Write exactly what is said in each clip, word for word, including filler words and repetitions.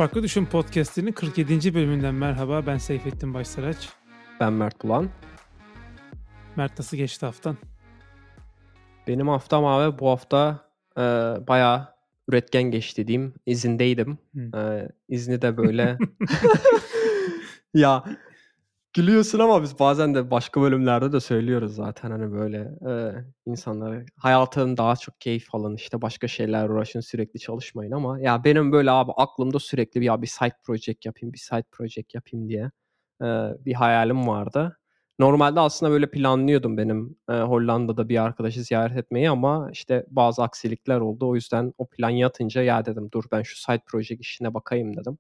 Farklı Düşün Podcast'inin kırk yedinci bölümünden merhaba. Ben Seyfettin Başsaraç. Ben Mert Bulan. Mert, nasıl geçti haftan? Benim haftam abi bu hafta e, bayağı üretken geçti diyeyim. İzindeydim. Hmm. E, izni de böyle... Ya gülüyorsun ama biz bazen de başka bölümlerde de söylüyoruz zaten hani böyle e, insanlara hayatın daha çok keyif alın, işte başka şeyler uğraşın, sürekli çalışmayın, ama ya benim böyle abi aklımda sürekli bir ya bir side project yapayım, bir side project yapayım diye e, bir hayalim vardı. Normalde aslında böyle planlıyordum benim e, Hollanda'da bir arkadaşı ziyaret etmeyi, ama işte bazı aksilikler oldu. O yüzden o plan yatınca ya dedim dur ben şu side project işine bakayım dedim.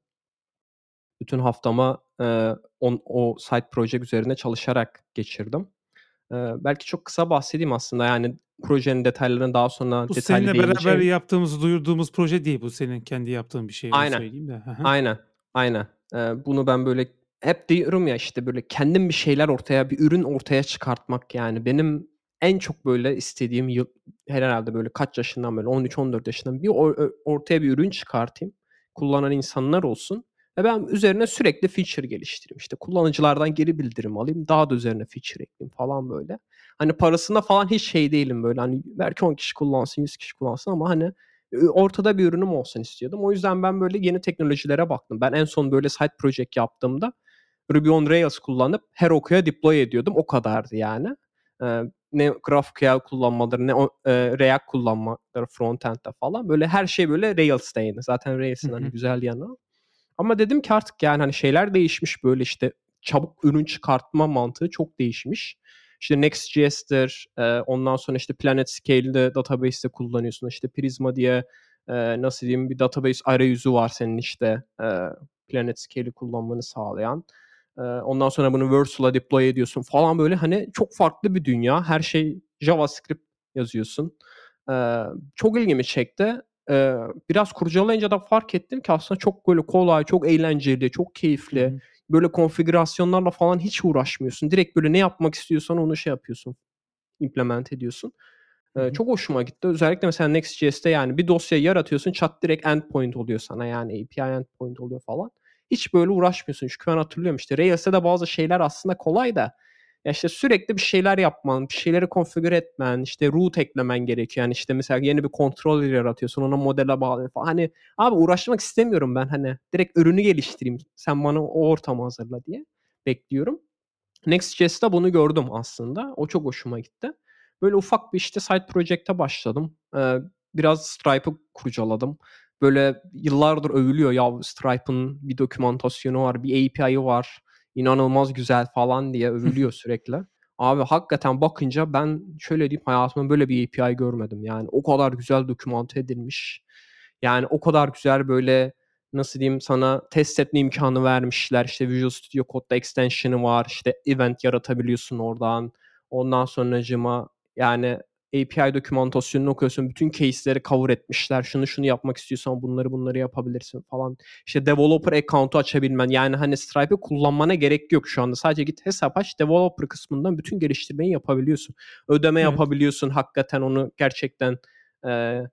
Bütün haftamı e, on, o side project üzerine çalışarak geçirdim. E, belki çok kısa bahsedeyim aslında, yani projenin detaylarını daha sonra Bu detaylı seninle beraber değineceğim. yaptığımız, duyurduğumuz proje değil. Bu senin kendi yaptığın bir şey. Onu Aynen, söyleyeyim de. Hı hı. aynen, aynen. E, bunu ben böyle hep diyorum ya, işte böyle kendim bir şeyler ortaya, bir ürün ortaya çıkartmak, yani benim en çok böyle istediğim yıl herhalde böyle kaç yaşından, böyle on üç on dört yaşından bir or- ortaya bir ürün çıkartayım. Kullanan insanlar olsun. Ve ben üzerine sürekli feature geliştireyim. İşte kullanıcılardan geri bildirim alayım. Daha da üzerine feature ekleyeyim falan böyle. Hani parasında falan hiç şey değilim böyle. Hani belki on kişi kullansın, yüz kişi kullansın, ama hani ortada bir ürünüm olsun istiyordum. O yüzden ben böyle yeni teknolojilere baktım. Ben en son böyle side project yaptığımda Ruby on Rails kullanıp Heroku'ya deploy ediyordum. O kadardı yani. Ee, ne GraphQL kullanmaları, ne o, e, React kullanmaları frontend'de falan. Böyle her şey böyle Rails'teydi. Zaten Rails'in hani güzel yanı. Ama dedim ki artık yani hani şeyler değişmiş, böyle işte çabuk ürün çıkartma mantığı çok değişmiş. İşte Next.js'tir, e, ondan sonra işte PlanetScale'de database'te kullanıyorsun. İşte Prisma diye e, nasıl diyeyim bir database arayüzü var senin, işte e, PlanetScale'i kullanmanı sağlayan. E, ondan sonra bunu Versal'a deploy ediyorsun falan, böyle hani çok farklı bir dünya. Her şey JavaScript yazıyorsun. E, çok ilgimi çekti. Ee, biraz kurcalayınca da fark ettim ki aslında çok böyle kolay, çok eğlenceli, çok keyifli. Hı hı. Böyle konfigürasyonlarla falan hiç uğraşmıyorsun. Direkt böyle ne yapmak istiyorsan onu şey yapıyorsun, implement ediyorsun. Hı Ee, hı. çok hoşuma gitti. Özellikle mesela Next.js'te yani bir dosya yaratıyorsun, çat direkt endpoint oluyor sana, yani A P I endpoint oluyor falan. Hiç böyle uğraşmıyorsun. Çünkü ben hatırlıyorum işte Rails'te de bazı şeyler aslında kolay da, ya işte sürekli bir şeyler yapman, bir şeyleri konfigüre etmen, işte root eklemen gerekiyor. Yani işte mesela yeni bir controller yaratıyorsun, ona modele bağlıyorsun falan. Hani abi uğraşmak istemiyorum ben, hani direkt ürünü geliştireyim, sen bana o ortamı hazırla diye bekliyorum. Next.js'te bunu gördüm aslında. O çok hoşuma gitti. Böyle ufak bir işte side project'e başladım. Ee, biraz Stripe'ı kurcaladım. Böyle yıllardır övülüyor ya, Stripe'ın bir dokümantasyonu var, bir A P I'ı var, inanılmaz güzel falan diye övülüyor sürekli. Abi hakikaten bakınca ben şöyle diyeyim, hayatımda böyle bir A P I görmedim. Yani o kadar güzel dokümante edilmiş. Yani o kadar güzel böyle, nasıl diyeyim sana, test etme imkanı vermişler. İşte Visual Studio Code'da extension'ı var. İşte event yaratabiliyorsun oradan. Ondan sonracığıma yani A P I dokümantasyonunu okuyorsun. Bütün case'leri cover etmişler. Şunu şunu yapmak istiyorsan bunları bunları yapabilirsin falan. İşte developer account'u açabilmen. Yani hani Stripe'ı kullanmana gerek yok şu anda. Sadece git hesap aç. Developer kısmından bütün geliştirmeyi yapabiliyorsun. Ödeme Evet. yapabiliyorsun. Hakikaten onu gerçekten e,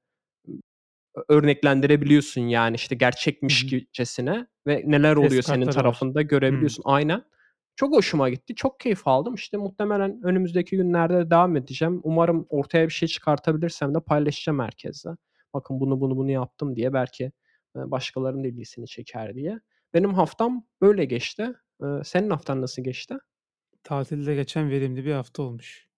örneklendirebiliyorsun, yani işte Hı gerçekmiş hı. gibicesine ve neler Test oluyor senin kartları var. tarafında Hı. görebiliyorsun. Aynen. Çok hoşuma gitti. Çok keyif aldım. İşte muhtemelen önümüzdeki günlerde de devam edeceğim. Umarım ortaya bir şey çıkartabilirsem de paylaşacağım herkesle. Bakın bunu bunu bunu yaptım diye, belki e, başkalarının da ilgisini çeker diye. Benim haftam böyle geçti. E, Senin haftan nasıl geçti? Tatilde geçen verimli bir hafta olmuş.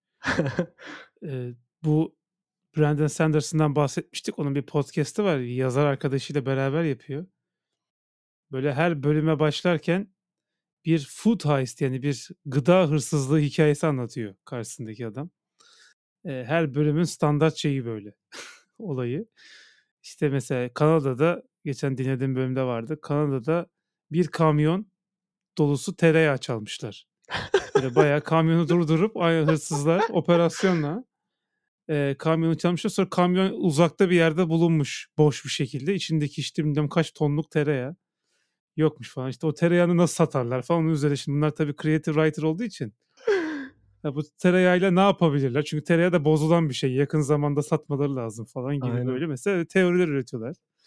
Ee, bu Brandon Sanderson'dan bahsetmiştik. Onun bir podcast'ı var. Bir yazar arkadaşıyla beraber yapıyor. Böyle her bölüme başlarken bir food heist, yani bir gıda hırsızlığı hikayesi anlatıyor karşısındaki adam. Ee, her bölümün standart şeyi böyle olayı. İşte mesela Kanada'da, geçen dinlediğim bölümde vardı. Kanada'da bir kamyon dolusu tereyağı çalmışlar. Böyle bayağı kamyonu durdurup ay- hırsızlar operasyonla e, kamyonu çalmışlar. Sonra kamyon uzakta bir yerde bulunmuş boş bir şekilde. İçindeki işte bilmem kaç tonluk tereyağı yokmuş falan. İşte o tereyağını nasıl satarlar falan, onun üzerine. Şimdi bunlar tabii creative writer olduğu için ya bu tereyağıyla ne yapabilirler? Çünkü tereyağı da bozulan bir şey. Yakın zamanda satmaları lazım falan gibi, Aynen. böyle mesela teoriler üretiyorlar.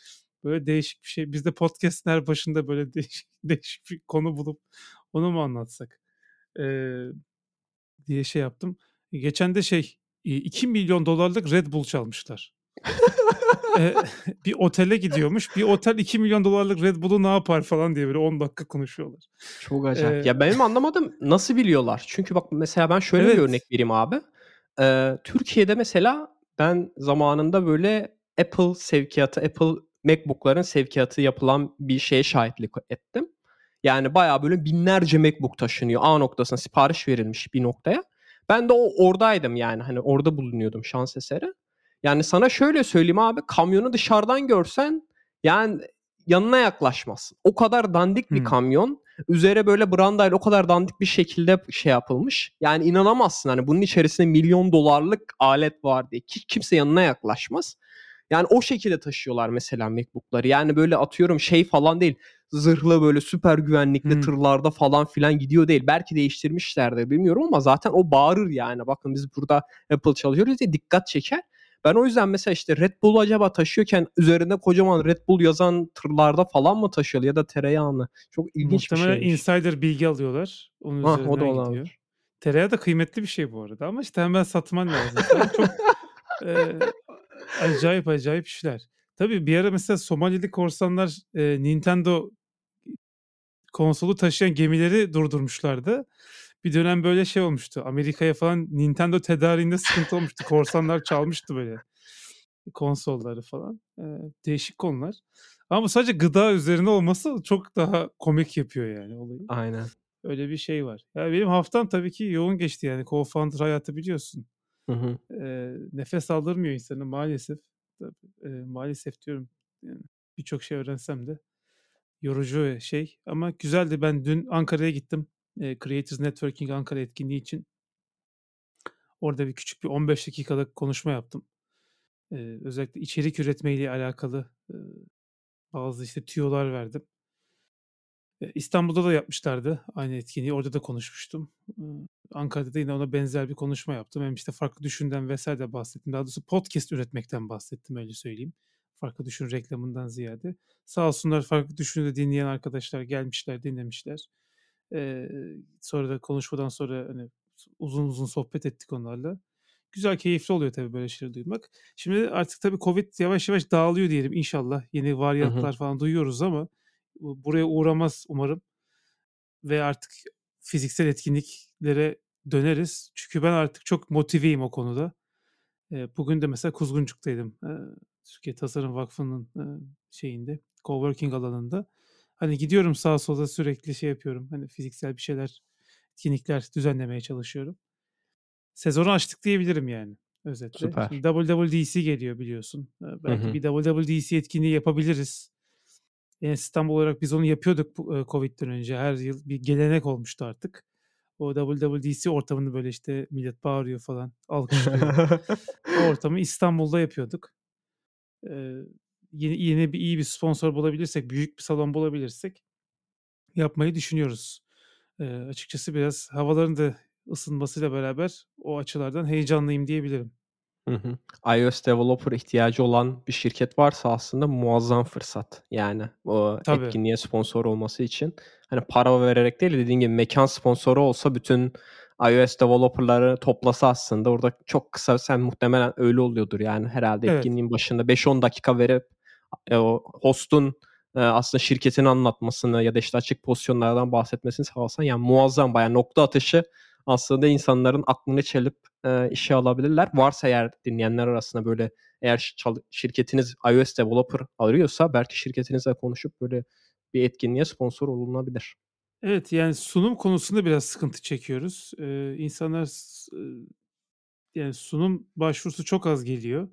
Böyle değişik bir şey. Biz de podcast'ın her başında böyle değişik değişik bir konu bulup onu mu anlatsak, eee, diye şey yaptım. Geçen de şey, iii, iki milyon dolarlık Red Bull çalmışlar. Eee, bir otele gidiyormuş. Bir otel iki milyon dolarlık Red Bull'u ne yapar falan diye böyle on dakika konuşuyorlar. Çok acayip. Eee Ya, benim anlamadığım nasıl biliyorlar? Çünkü bak mesela ben şöyle bir örnek Evet. vereyim abi. Eee, Türkiye'de mesela ben zamanında böyle Apple sevkiyatı, Apple MacBook'ların sevkiyatı yapılan bir şeye şahitlik ettim. Yani bayağı böyle binlerce MacBook taşınıyor. A noktasına sipariş verilmiş bir noktaya. Ben de o oradaydım yani, hani, orada bulunuyordum şans eseri. Yani sana şöyle söyleyeyim abi, kamyonu dışarıdan görsen yani yanına yaklaşmazsın. O kadar dandik bir Hımm. kamyon. Üzeri böyle brandayla o kadar dandik bir şekilde şey yapılmış. Yani inanamazsın hani bunun içerisinde milyon dolarlık alet var diye. Ki kimse yanına yaklaşmaz. Yani o şekilde taşıyorlar mesela MacBook'ları. Yani böyle atıyorum şey falan değil. Zırhlı böyle süper güvenlikli Hımm. tırlarda falan filan gidiyor değil. Belki değiştirmişlerdir bilmiyorum ama zaten o bağırır yani. Bakın biz burada Apple çalışıyoruz diye dikkat çeker. Ben o yüzden mesela işte Red Bull acaba taşıyorken üzerinde kocaman Red Bull yazan tırlarda falan mı taşıyor ya da tereyağını? Çok ilginç bir Muhtemelen şeymiş. insider bilgi alıyorlar. Onun Hah, o da üzerinden gidiyor. olabilir. Tereyağı da kıymetli bir şey bu arada ama işte hemen satman lazım falan. Çok, eee, acayip acayip işler. Tabii bir ara mesela Somalili korsanlar, eee, Nintendo konsolu taşıyan gemileri durdurmuşlardı. Bir dönem böyle şey olmuştu. Amerika'ya falan Nintendo tedariğinde sıkıntı olmuştu. Korsanlar çalmıştı böyle konsolları falan. Eee, değişik konular. Ama bu sadece gıda üzerine olması çok daha komik yapıyor yani olayı. Aynen. Öyle bir şey var. Ya, benim haftam tabii ki yoğun geçti yani co-founder hayatı biliyorsun. Hı hı. Eee, nefes aldırmıyor insanı maalesef. Tabii, eee, maalesef diyorum. Yani birçok şey öğrensem de yorucu şey ama güzeldi. Ben dün Ankara'ya gittim. Eee, Creators Networking Ankara etkinliği için. Orada bir küçük bir on beş dakikalık konuşma yaptım. Eee, özellikle içerik üretmeyle alakalı, ııı, bazı işte tüyolar verdim. Eee, İstanbul'da da yapmışlardı aynı etkinliği. Orada da konuşmuştum. Iıı, Ankara'da da yine ona benzer bir konuşma yaptım. Hem işte farklı düşünden vesaire de bahsettim. Daha doğrusu podcast üretmekten bahsettim, öyle söyleyeyim. Farklı düşün reklamından ziyade. Sağ olsunlar farklı düşünü de dinleyen arkadaşlar gelmişler, dinlemişler. Eee, sonra da konuşmadan sonra, hani, uzun uzun sohbet ettik onlarla. Güzel, keyifli oluyor tabii böyle şeyleri duymak. Şimdi artık tabii COVID yavaş yavaş dağılıyor diyelim inşallah. Yeni Hı hı. varyantlar falan duyuyoruz ama bu buraya uğramaz umarım ve artık fiziksel etkinliklere döneriz. Çünkü ben artık çok motiveyim o konuda. Eee, bugün de mesela Kuzguncuk'taydım. Eee, Türkiye Tasarım Vakfı'nın, eee, şeyinde, coworking alanında. Hani gidiyorum sağa sola sürekli şey yapıyorum. Hani fiziksel bir şeyler, etkinlikler düzenlemeye çalışıyorum. Sezonu açtık diyebilirim yani özetle. Şimdi Süper. W W D C geliyor biliyorsun. Eee, Hı belki hı. bir W W D C etkinliği yapabiliriz. Eee, İstanbul olarak biz onu yapıyorduk bu, eee, COVID'den önce. Her yıl bir gelenek olmuştu artık. O W W D C ortamını böyle işte millet bağırıyor falan, alkışlıyor. O ortamı İstanbul'da yapıyorduk. Eee, yeni yeni bir iyi bir sponsor bulabilirsek, büyük bir salon bulabilirsek yapmayı düşünüyoruz. Eee, açıkçası biraz havaların da ısınmasıyla beraber o açılardan heyecanlıyım diyebilirim. Hı hı. iOS developer ihtiyacı olan bir şirket varsa aslında muazzam fırsat. Yani o Tabii, etkinliğe sponsor olması için. Hani para vererek değil de dediğin gibi mekân sponsoru olsa bütün iOS developer'ları toplasa aslında orada çok kısa sen muhtemelen öyle oluyordur yani herhâlde evet. etkinliğin başında beş on dakika verip, eee, o host'un, eee, aslında şirketini anlatmasını ya da işte açık pozisyonlardan bahsetmesini sağlasan yani muazzam bayağı nokta atışı aslında insanların aklını çelip, eee, işe alabilirler. Varsa eğer dinleyenler arasında böyle eğer ş çal şirketiniz iOS developer arıyorsa belki şirketinizle konuşup böyle bir etkinliğe sponsor olunabilir. Evet, yani sunum konusunda biraz sıkıntı çekiyoruz. Eee, insanlar s ııı, yani sunum başvurusu çok az geliyor.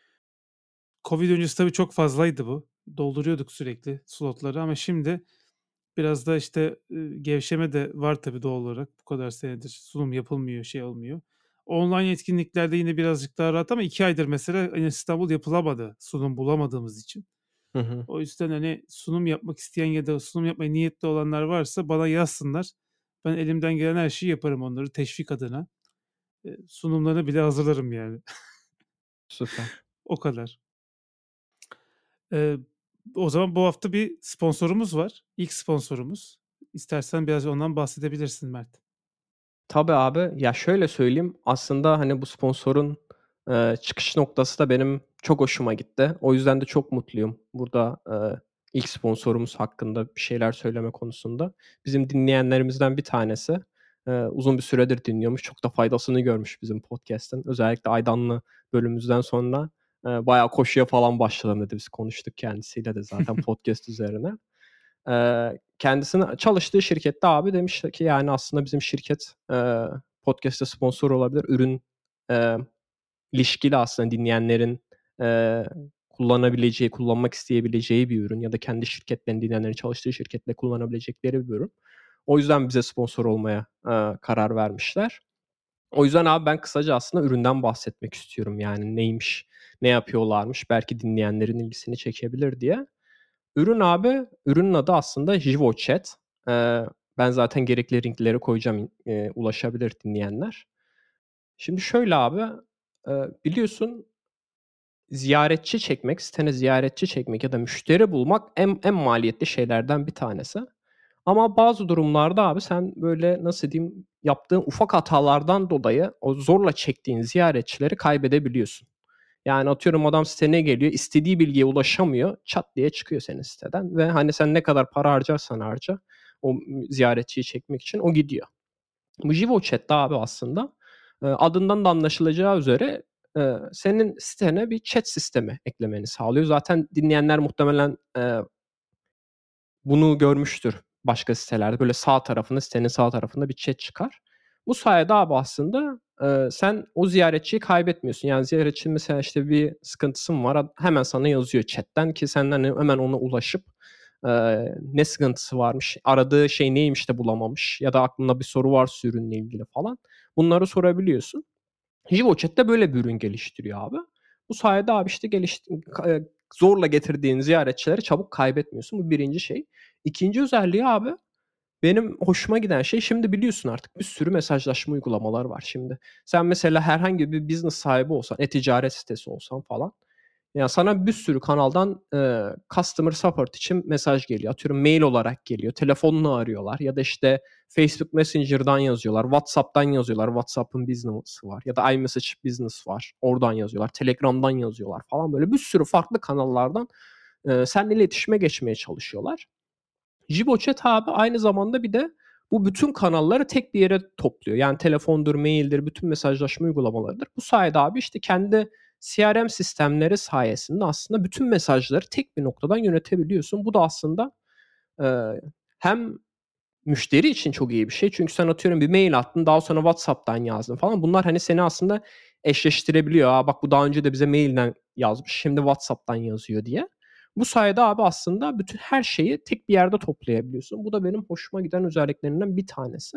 Covid öncesi tabii çok fazlaydı bu. Dolduruyorduk sürekli slotları ama şimdi biraz da, işte, ııı, gevşeme de var tabii doğal olarak. Bu kadar senedir sunum yapılmıyor, şey olmuyor. Online etkinliklerde yine birazcık daha rahat ama iki aydır mesela, hani, İstanbul yapılamadı sunum bulamadığımız için. Hı hı. O yüzden, hani, sunum yapmak isteyen ya da sunum yapmaya niyetli olanlar varsa bana yazsınlar. Ben elimden gelen her şeyi yaparım onları teşvik adına. Eee, sunumlarını bile hazırlarım yani. Süper. O kadar. Eee O zaman bu hafta bir sponsorumuz var. İlk sponsorumuz. İstersen biraz ondan bahsedebilirsin Mert. Tabii abi. Ya şöyle söyleyeyim, aslında, hani, bu sponsorun, eee, çıkış noktası da benim çok hoşuma gitti. O yüzden de çok mutluyum burada, eee, ilk sponsorumuz hakkında bir şeyler söyleme konusunda. Bizim dinleyenlerimizden bir tanesi. Eee, uzun bir süredir dinliyormuş. Çok da faydasını görmüş bizim podcast'ın. Özellikle Aydan'lı bölümümüzden sonra, eee, bayağı koşuya falan başladım dedi. Biz konuştuk kendisiyle de zaten podcast üzerine. Eee, kendisinin çalıştığı şirkette abi demiş ki yani aslında bizim şirket, eee, podcast'e sponsor olabilir. Ürün, eee, ilişkili aslında dinleyenlerin, eee, kullanabileceği, kullanmak isteyebileceği bir ürün ya da kendi şirketlerinin, dinleyenlerin çalıştığı şirketle kullanabilecekleri bir ürün. O yüzden bize sponsor olmaya, eee, karar vermişler. O yüzden abi ben kısaca aslında üründen bahsetmek istiyorum. Yani neymiş, ne yapıyorlarmış, belki dinleyenlerin ilgisini çekebilir diye. Ürün abi, ürünün adı aslında JivoChat. Eee, ben zaten gerekli linkleri koyacağım, eee, ulaşabilir dinleyenler. Şimdi şöyle abi, eee, biliyorsun ziyaretçi çekmek, sitene ziyaretçi çekmek ya da müşteri bulmak en en maliyetli şeylerden bir tanesi. Ama bazı durumlarda abi sen böyle nasıl diyeyim, yaptığın ufak hatalardan dolayı o zorla çektiğin ziyaretçileri kaybedebiliyorsun. Yani atıyorum adam sitene geliyor, istediği bilgiye ulaşamıyor, çat diye çıkıyor senin siteden ve hani sen ne kadar para harcarsan harca o ziyaretçiyi çekmek için o gidiyor. Bu JivoChat de abi aslında, eee, adından da anlaşılacağı üzere, eee, senin sitene bir chat sistemi eklemeni sağlıyor. Zaten dinleyenler muhtemelen, eee, bunu görmüştür başka sitelerde. Böyle sağ tarafında, sitenin sağ tarafında bir chat çıkar. Bu sayede abi aslında, eee, sen o ziyaretçiyi kaybetmiyorsun. Yani ziyaretçinin mesela işte bir sıkıntısı mı var? Ad hemen sana yazıyor chatten ki sen hani hemen ona ulaşıp, eee, ne sıkıntısı varmış, aradığı şey neymiş de bulamamış ya da aklında bir soru varsa ürünle ilgili falan bunları sorabiliyorsun. JivoChat de böyle bir ürün geliştiriyor abi. Bu sayede abi işte gelişti ka eee, zorla getirdiğin ziyaretçileri çabuk kaybetmiyorsun. Bu birinci şey. ikinci özelliği abi benim hoşuma giden şey, şimdi biliyorsun artık bir sürü mesajlaşma uygulamaları var şimdi. Sen mesela herhangi bir business sahibi olsan, e-ticaret sitesi olsan falan, ya sana bir sürü kanaldan, eee, customer support için mesaj geliyor. Atıyorum mail olarak geliyor, telefonla arıyorlar ya da işte Facebook Messenger'dan yazıyorlar, WhatsApp'tan yazıyorlar. WhatsApp'ın business'ı var ya da iMessage Business var. Oradan yazıyorlar, Telegram'dan yazıyorlar falan böyle bir sürü farklı kanallardan, eee, seninle iletişime geçmeye çalışıyorlar. JivoChat abi aynı zamanda bir de bu bütün kanalları tek bir yere topluyor. Yani telefondur, mail'dir, bütün mesajlaşma uygulamalarıdır. Bu sayede abi işte kendi C R M sistemleri sayesinde aslında bütün mesajları tek bir noktadan yönetebiliyorsun. Bu da aslında, eee, hem müşteri için çok iyi bir şey. Çünkü sen atıyorum bir mail attın, daha sonra WhatsApp'tan yazdın falan. Bunlar hani seni aslında eşleştirebiliyor. A, bak bu daha önce de bize mail'den yazmış, şimdi WhatsApp'tan yazıyor diye. Bu sayede abi aslında bütün her şeyi tek bir yerde toplayabiliyorsun. Bu da benim hoşuma giden özelliklerinden bir tanesi.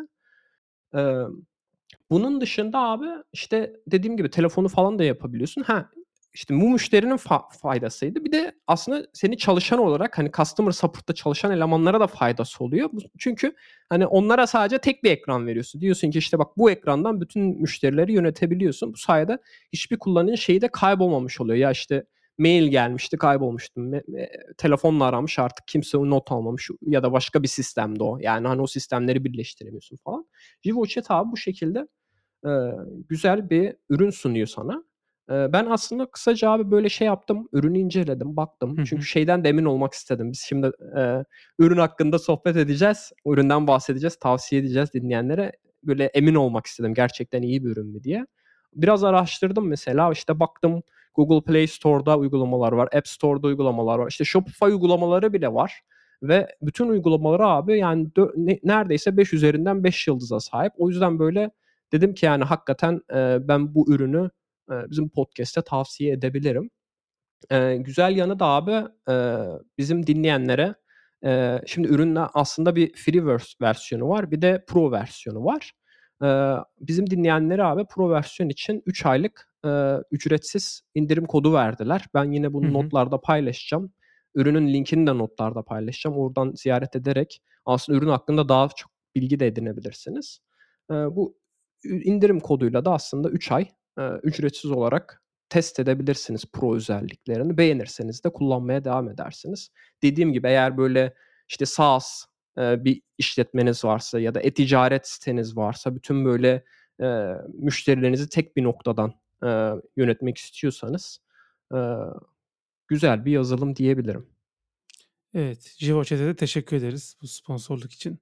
Emm bunun dışında abi, işte, dediğim gibi telefonu falan da yapabiliyorsun. Ha, işte, bu müşterinin fa faydasıydı. Bir de aslında seni çalışan olarak, hani, customer support'ta çalışan elemanlara da faydası oluyor. Bu çünkü, hani, onlara sadece tek bir ekran veriyorsun. Diyorsun ki, işte, bak bu ekrandan bütün müşterileri yönetebiliyorsun. Bu sayede hiçbir kullanıcı şeyi de kaybolmamış oluyor. Ya, işte, mail gelmişti, kaybolmuştu. Me me telefonla aramış, artık kimse o not almamış ya da başka bir sistemde o. Yani, hani, o sistemleri birleştiremiyorsun falan. JivoChat abi bu şekilde Eee, güzel bir ürün sunuyor sana. Eee, ben aslında kısaca abi böyle şey yaptım, ürünü inceledim, baktım. Hı Çünkü hı. şeyden de emin olmak istedim. Biz şimdi, eee, ürün hakkında sohbet edeceğiz, o üründen bahsedeceğiz, tavsiye edeceğiz dinleyenlere. Böyle emin olmak istedim gerçekten iyi bir ürün mü diye. Biraz araştırdım mesela, işte baktım Google Play Store'da uygulamalar var, App Store'da uygulamalar var, işte Shopify uygulamaları bile var ve bütün uygulamaları abi yani dö ne neredeyse beş üzerinden beş yıldıza sahip. O yüzden böyle dedim ki yani hakikaten, eee, ben bu ürünü, eee, bizim podcast'te tavsiye edebilirim. Eee, güzel yanı da abi, eee, bizim dinleyenlere, eee, şimdi ürünün aslında bir free vers versiyonu var, bir de pro versiyonu var. Eee, bizim dinleyenlere abi pro versiyon için üç aylık, eee, ücretsiz indirim kodu verdiler. Ben yine Hı bunu hı. notlarda paylaşacağım. Ürünün linkini de notlarda paylaşacağım. Oradan ziyaret ederek aslında ürün hakkında daha çok bilgi de edinebilirsiniz. Eee, bu ü indirim koduyla da aslında üç ay, eee, ücretsiz olarak test edebilirsiniz pro özelliklerini. Beğenirseniz de kullanmaya devam edersiniz. Dediğim gibi eğer böyle işte SaaS e, bir işletmeniz varsa ya da e-ticaret siteniz varsa bütün böyle e, müşterilerinizi tek bir noktadan e, yönetmek istiyorsanız e, güzel bir yazılım diyebilirim. Evet. JivoChat'e de teşekkür ederiz bu sponsorluk için.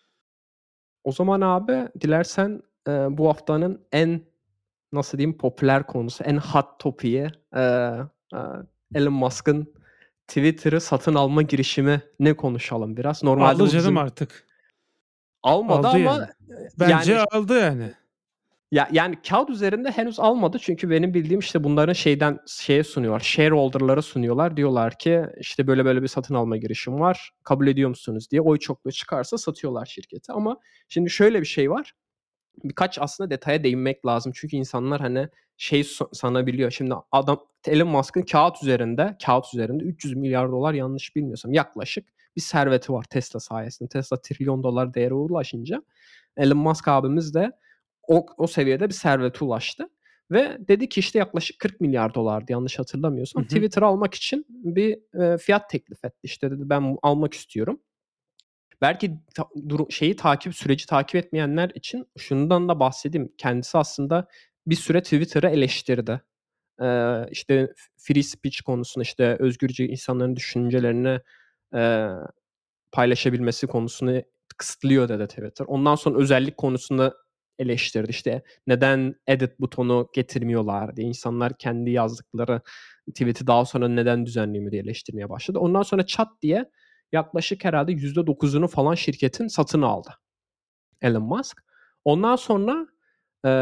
O zaman abi dilersen e, bu haftanın en nasıl diyeyim popüler konusu, en hot topiği e, e, Elon Musk'ın Twitter'ı satın alma girişimi ne konuşalım biraz. Normalde Aldı bu canım bizim artık. almadı Aldı ama yani. yani Bence aldı yani. ya yani kağıt üzerinde henüz almadı çünkü benim bildiğim işte bunların şeyden şeye sunuyorlar. Shareholder'lara sunuyorlar. Diyorlar ki işte böyle böyle bir satın alma girişim var. Kabul ediyor musunuz diye. Oy çokluğu çıkarsa satıyorlar şirketi. Ama şimdi şöyle bir şey var. Birkaç aslında detaya değinmek lazım. Çünkü insanlar hani şey sanabiliyor. Şimdi adam Elon Musk'ın kağıt üzerinde kağıt üzerinde üç yüz milyar dolar yanlış bilmiyorsam yaklaşık bir serveti var Tesla sayesinde. Tesla trilyon dolar değere ulaşınca Elon Musk abimiz de o, o seviyede bir servete ulaştı. Ve dedi ki işte yaklaşık kırk milyar dolardı yanlış hatırlamıyorsam. Hı hı. Twitter'ı almak için bir e, fiyat teklif etti. İşte dedi ben almak istiyorum. Belki ta, duru, şeyi takip süreci takip etmeyenler için şundan da bahsedeyim. Kendisi aslında bir süre Twitter'ı eleştirdi. Ee, işte free speech konusunda işte özgürce insanların düşüncelerini e, paylaşabilmesi konusunu kısıtlıyor dedi Twitter. Ondan sonra özellik konusunda eleştirdi. İşte neden edit butonu getirmiyorlar diye. İnsanlar kendi yazdıkları tweet'i daha sonra neden düzenlemiyor diye eleştirmeye başladı. Ondan sonra çat diye yaklaşık herhalde yüzde dokuzunu falan şirketin satın aldı Elon Musk. Ondan sonra e,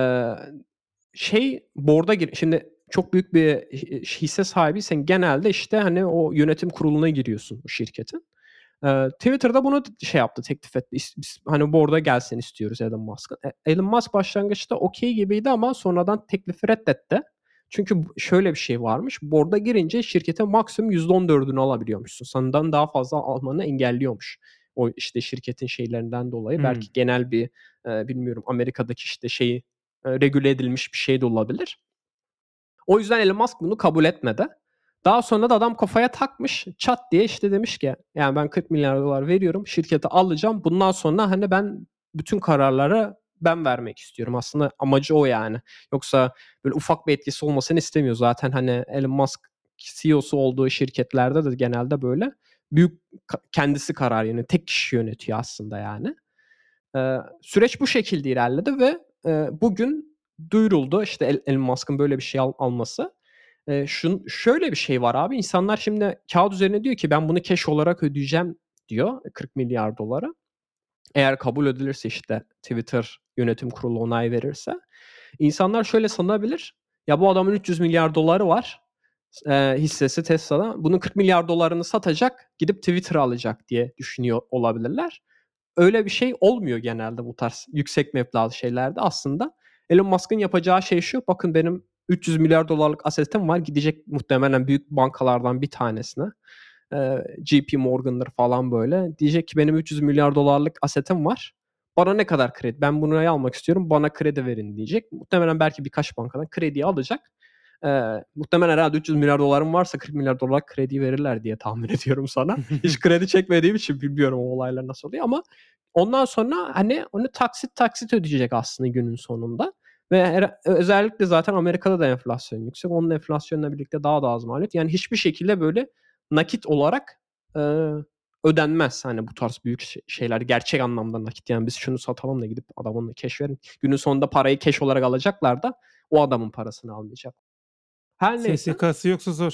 şey board'a gir. Şimdi çok büyük bir hisse sahibiysen genelde işte hani o yönetim kuruluna giriyorsun bu şirketin. Ee, Twitter'da bunu şey yaptı, teklif etti. Biz, hani board'a gelsin istiyoruz Elon Musk'ın. E, Elon Musk başlangıçta okey gibiydi ama sonradan teklifi reddetti. Çünkü şöyle bir şey varmış. Board'a girince şirkete maksimum yüzde on dördünü alabiliyormuşsun. Senden daha fazla almanı engelliyormuş. O işte şirketin şeylerinden dolayı. Hmm. Belki genel bir e, bilmiyorum Amerika'daki işte şeyi e, regüle edilmiş bir şey de olabilir. O yüzden Elon Musk bunu kabul etmedi. Daha sonra da adam kafaya takmış. Çat diye işte demiş ki yani ben kırk milyar dolar veriyorum. Şirketi alacağım. Bundan sonra hani ben bütün kararları ben vermek istiyorum. Aslında amacı o yani. Yoksa böyle ufak bir etkisi olmasını istemiyor. Zaten hani Elon Musk C E O'su olduğu şirketlerde de genelde böyle büyük kendisi karar yani tek kişi yönetiyor aslında yani. Ee, süreç bu şekilde ilerledi ve e, bugün duyuruldu işte Elon Musk'ın böyle bir şey al- alması. E, şun, şöyle bir şey var abi. İnsanlar şimdi kağıt üzerine diyor ki ben bunu cash olarak ödeyeceğim diyor kırk milyar dolara. Eğer kabul edilirse işte Twitter yönetim kurulu onay verirse. İnsanlar şöyle sanabilir. Ya bu adamın üç yüz milyar doları var. E, hissesi Tesla'da. Bunun kırk milyar dolarını satacak. Gidip Twitter alacak diye düşünüyor olabilirler. Öyle bir şey olmuyor genelde bu tarz yüksek meblağlı şeylerde aslında. Elon Musk'ın yapacağı şey şu. Bakın benim üç yüz milyar dolarlık asetim var. Gidecek muhtemelen büyük bankalardan bir tanesine. Ee, J P Morgan'dır falan böyle. Diyecek ki benim üç yüz milyar dolarlık asetim var. Bana ne kadar kredi? Ben bunu almak istiyorum. Bana kredi verin diyecek. Muhtemelen belki birkaç bankadan krediyi alacak. Ee, muhtemelen herhalde üç yüz milyar dolarım varsa kırk milyar dolar kredi verirler diye tahmin ediyorum sana. Hiç kredi çekmediğim için bilmiyorum o olaylar nasıl oluyor ama ondan sonra hani onu taksit taksit ödeyecek aslında günün sonunda. Ve her, özellikle zaten Amerika'da da enflasyon yüksek. Onun enflasyonla birlikte daha da az maliyet. Yani hiçbir şekilde böyle nakit olarak e, ödenmez. Hani bu tarz büyük şeyler gerçek anlamda nakit. Yani biz şunu satalım da gidip adamın cash verin. Günün sonunda parayı cash olarak alacaklar da o adamın parasını almayacak. Her neyse. S S K'sı yoksa zor.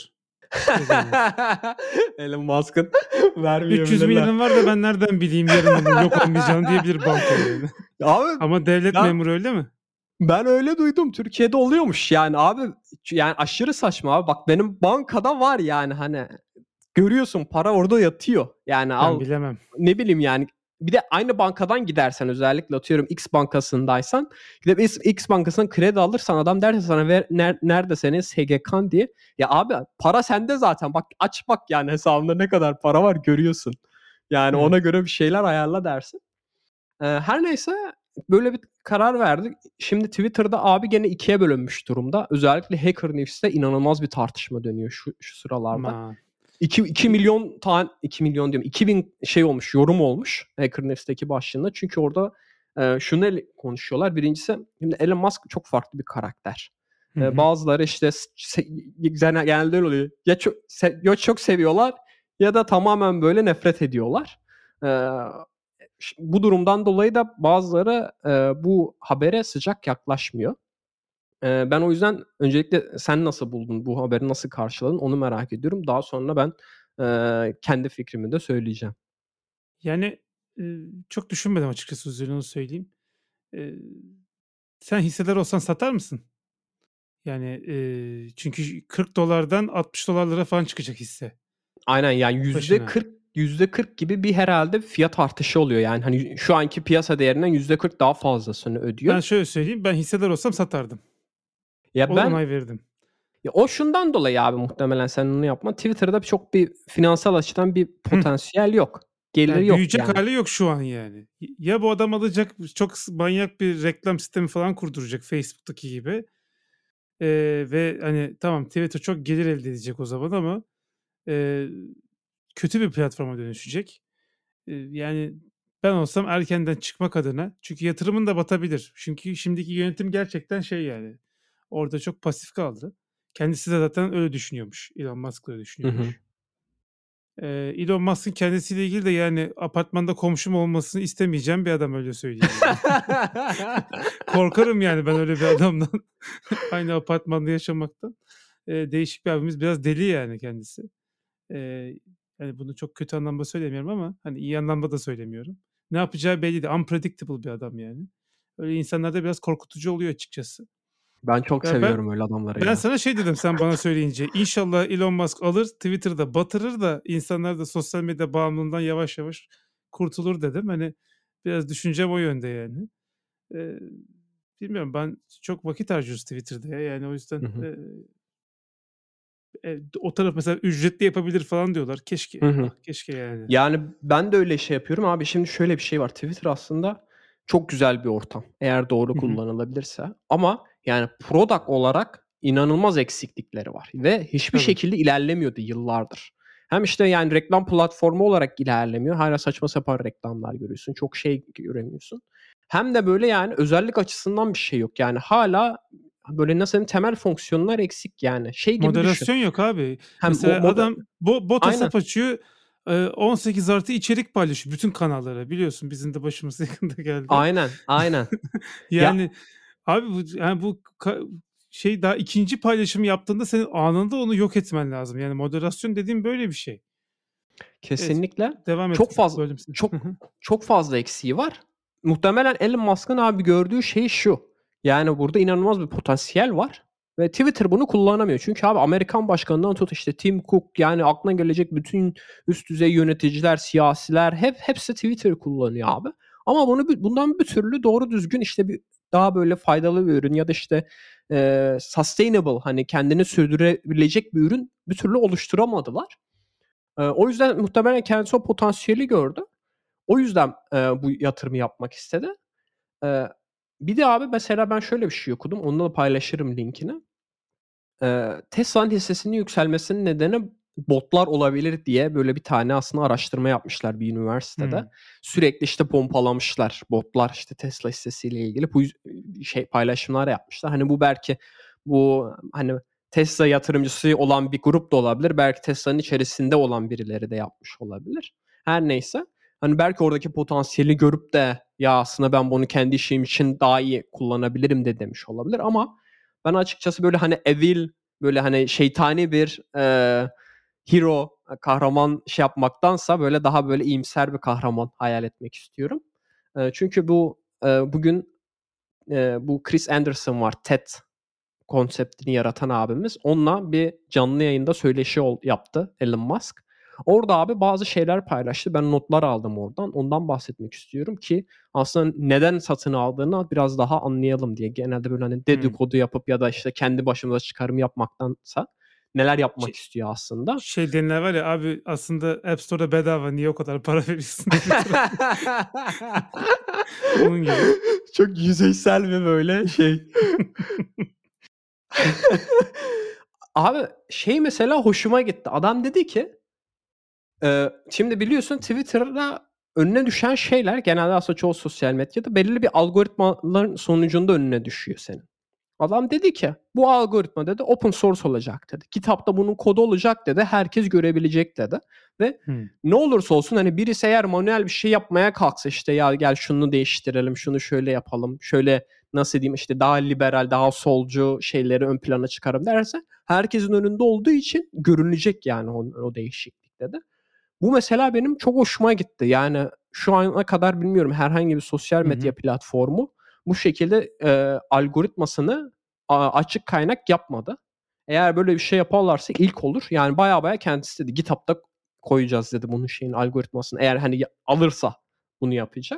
Elon Musk'ın vermeyebilirler. üç yüz milyarın var da ben nereden bileyim yarın onun yok olmayacağını diyebilir banka yani. Abi, ama devlet ya, memuru öyle mi? Ben öyle duydum. Türkiye'de oluyormuş yani abi. Yani aşırı saçma abi. Bak benim bankada var yani hani görüyorsun para orada yatıyor. Yani ben al bilemem. Ne bileyim yani bir de aynı bankadan gidersen özellikle atıyorum X bankasındaysan gidip X, X bankasından kredi alırsan adam derse sana ver, ner, nerede senin S G K'n diye. Ya abi para sende zaten bak aç bak yani hesabında ne kadar para var görüyorsun. Yani hmm. ona göre bir şeyler ayarla dersin. Ee, her neyse böyle bir karar verdik. Şimdi Twitter'da abi gene ikiye bölünmüş durumda. Özellikle Hacker News'te inanılmaz bir tartışma dönüyor şu, şu sıralarda. Aman. iki, iki milyon tane iki milyon diyorum. iki bin şey olmuş, yorum olmuş Hacker News'teki başlığında. Çünkü orada e, şunu konuşuyorlar. Birincisi, şimdi Elon Musk çok farklı bir karakter. Hı hı. E, bazıları işte se- genelde öyle oluyor. Ya çok, se- ya çok seviyorlar ya da tamamen böyle nefret ediyorlar. E, bu durumdan dolayı da bazıları e, bu habere sıcak yaklaşmıyor. E, ben o yüzden öncelikle sen nasıl buldun, bu haberi nasıl karşıladın onu merak ediyorum. Daha sonra ben e, kendi fikrimi de söyleyeceğim. Yani e, çok düşünmedim açıkçası, üzerine onu söyleyeyim. E, sen hissedar olsan satar mısın? Yani e, çünkü kırk dolardan altmış dolarlara falan çıkacak hisse. Aynen, yani yüzde Başına. kırk yüzde kırk gibi bir herhalde fiyat artışı oluyor. Yani hani şu anki piyasa değerinden yüzde kırk daha fazlasını ödüyor. Ben şöyle söyleyeyim, ben hissedar olsam satardım. Ya O ben onay verirdim. ya o şundan dolayı abi, muhtemelen sen onu yapma. Twitter'da çok bir finansal açıdan bir Hı. potansiyel yok. Gelir Yani yok büyüyecek yani. hali yok şu an yani. Ya bu adam alacak, çok manyak bir reklam sistemi falan kurduracak Facebook'taki gibi. Ee, ve hani tamam, Twitter çok gelir elde edecek o zaman ama e, kötü bir platforma dönüşecek. E, yani ben olsam erkenden çıkmak adına, çünkü yatırımın da batabilir. Çünkü şimdiki yönetim gerçekten şey yani, orada çok pasif kaldı. Kendisi de zaten öyle düşünüyormuş. Elon Musk da öyle Hı hı. düşünüyormuş. Ee, Elon Musk'ın kendisiyle ilgili de yani apartmanda komşum olmasını istemeyeceğim bir adam, öyle söyleyeyim yani. Korkarım yani ben öyle bir adamdan aynı apartmanda yaşamaktan. Ee, değişik bir abimiz, biraz deli yani kendisi. Ee, yani bunu çok kötü anlamda söylemiyorum ama hani iyi anlamda da söylemiyorum. Ne yapacağı belli değil. Unpredictable bir adam yani. Öyle insanlarda biraz korkutucu oluyor açıkçası. Ben çok Ya ben seviyorum öyle adamları ben ya. sana şey dedim sen bana söyleyince. İnşallah Elon Musk alır, Twitter'da batırır da insanlar da sosyal medya bağımlılığından yavaş yavaş kurtulur dedim. Hani biraz düşüncem o yönde yani. Ee, bilmiyorum, ben çok vakit harcıyoruz Twitter'da ya. Yani o yüzden Hı hı. e, e, o taraf mesela ücretli yapabilir falan diyorlar. Keşke. Hı hı. Ah keşke yani. Yani ben de öyle şey yapıyorum abi. Şimdi şöyle bir şey var. Twitter aslında çok güzel bir ortam eğer doğru Hı hı. kullanılabilirse. Ama yani product olarak inanılmaz eksiklikleri var ve hiçbir Tabii. şekilde ilerlemiyordu yıllardır. Hem işte yani reklam platformu olarak ilerlemiyor. Hala saçma sapan reklamlar görüyorsun. Çok şey göremiyorsun. Hem de böyle yani özellik açısından bir şey yok. Yani hala böyle nasıl diyeyim, temel fonksiyonlar eksik yani. Şey gibi düşün. Moderasyon yok abi. Hem mo- Mesela moda adam bo bot aynen. hesap açıyor. e, on sekiz artı içerik paylaşıyor bütün kanallara. Biliyorsun bizim de başımıza yakında geldi. Aynen, aynen. Ya Yani abi bu yani bu ka- şey, daha ikinci paylaşımı yaptığında senin anında onu yok etmen lazım. Yani moderasyon dediğim böyle bir şey. Evet, kesinlikle. devam et. Çok fazla Böldüm seni. Hı çok hı. çok fazla eksiği var. Muhtemelen Elon Musk'ın abi gördüğü şey şu. Yani burada inanılmaz bir potansiyel var ve Twitter bunu kullanamıyor. Çünkü abi Amerikan başkanından tut işte Tim Cook, yani aklına gelecek bütün üst düzey yöneticiler, siyasiler hep hepsi Twitter kullanıyor abi. Ama bunu bundan bir türlü doğru düzgün işte bir daha böyle faydalı bir ürün ya da işte e, sustainable, hani kendini sürdürebilecek bir ürün bir türlü oluşturamadılar. Eee, o yüzden muhtemelen kendisi o potansiyeli gördü. O yüzden, eee, bu yatırımı yapmak istedi. Eee, bir de abi mesela ben şöyle bir şey okudum. Onunla da paylaşırım linkini. Eee, Tesla'nın hissesinin yükselmesinin nedeni botlar olabilir diye böyle bir tane aslında araştırma yapmışlar bir üniversitede. Hımm. Sürekli işte pompalamışlar botlar işte Tesla hissesiyle ilgili bu yüz şey paylaşımlar yapmışlar. Hani bu belki bu hani Tesla yatırımcısı olan bir grup da olabilir. Belki Tesla'nın içerisinde olan birileri de yapmış olabilir. Her neyse. Hani belki oradaki potansiyeli görüp de ya aslında ben bunu kendi işim için daha iyi kullanabilirim de demiş olabilir ama ben açıkçası böyle hani evil, böyle hani şeytani bir eee, hero, kahraman şey yapmaktansa böyle daha böyle iyimser bir kahraman hayal etmek istiyorum. Eee, çünkü bu eee, bugün eee, bu Chris Anderson var, TED konseptini yaratan abimiz. Onunla bir canlı yayında söyleşi ol yaptı Elon Musk. Orada abi bazı şeyler paylaştı. Ben notlar aldım oradan. Ondan bahsetmek istiyorum ki aslında neden satın aldığını biraz daha anlayalım diye. Genelde böyle hani Hımm. dedikodu yapıp ya da işte kendi başımıza çıkarım yapmaktansa neler yapmak Şey istiyor aslında. şey denilen var ya, "Abi aslında App Store'da bedava, niye o kadar para veriyorsun?" Twitter'a. Onun gibi. Çok yüzeysel ve böyle şey. Abi şey mesela hoşuma gitti. Adam dedi ki, eee, şimdi biliyorsun Twitter'da önüne düşen şeyler genelde aslında çoğu sosyal medyada belirli bir algoritmaların sonucunda önüne düşüyor senin. Adam dedi ki, "Bu algoritma" dedi, "open source olacak." dedi. "Kitapta bunun kodu olacak." dedi. "Herkes görebilecek." dedi ve Hımm. ne olursa olsun hani birisi eğer manuel bir şey yapmaya kalksa, işte, "Ya gel şunu değiştirelim, şunu şöyle yapalım, şöyle nasıl diyeyim, işte, daha liberal, daha solcu şeyleri ön plana çıkaralım." derse herkesin önünde olduğu için görünecek yani o o değişiklik dedi. Bu mesela benim çok hoşuma gitti. Yani şu ana kadar bilmiyorum herhangi bir sosyal Hı hı. medya platformu bu şekilde, eee, algoritmasını a açık kaynak yapmadı. Eğer böyle bir şey yaparlarsa ilk olur. Yani baya baya kendisi dedi, "GitHub'da koyacağız." dedi bunun şeyin algoritmasını. Eğer hani ya alırsa bunu yapacak.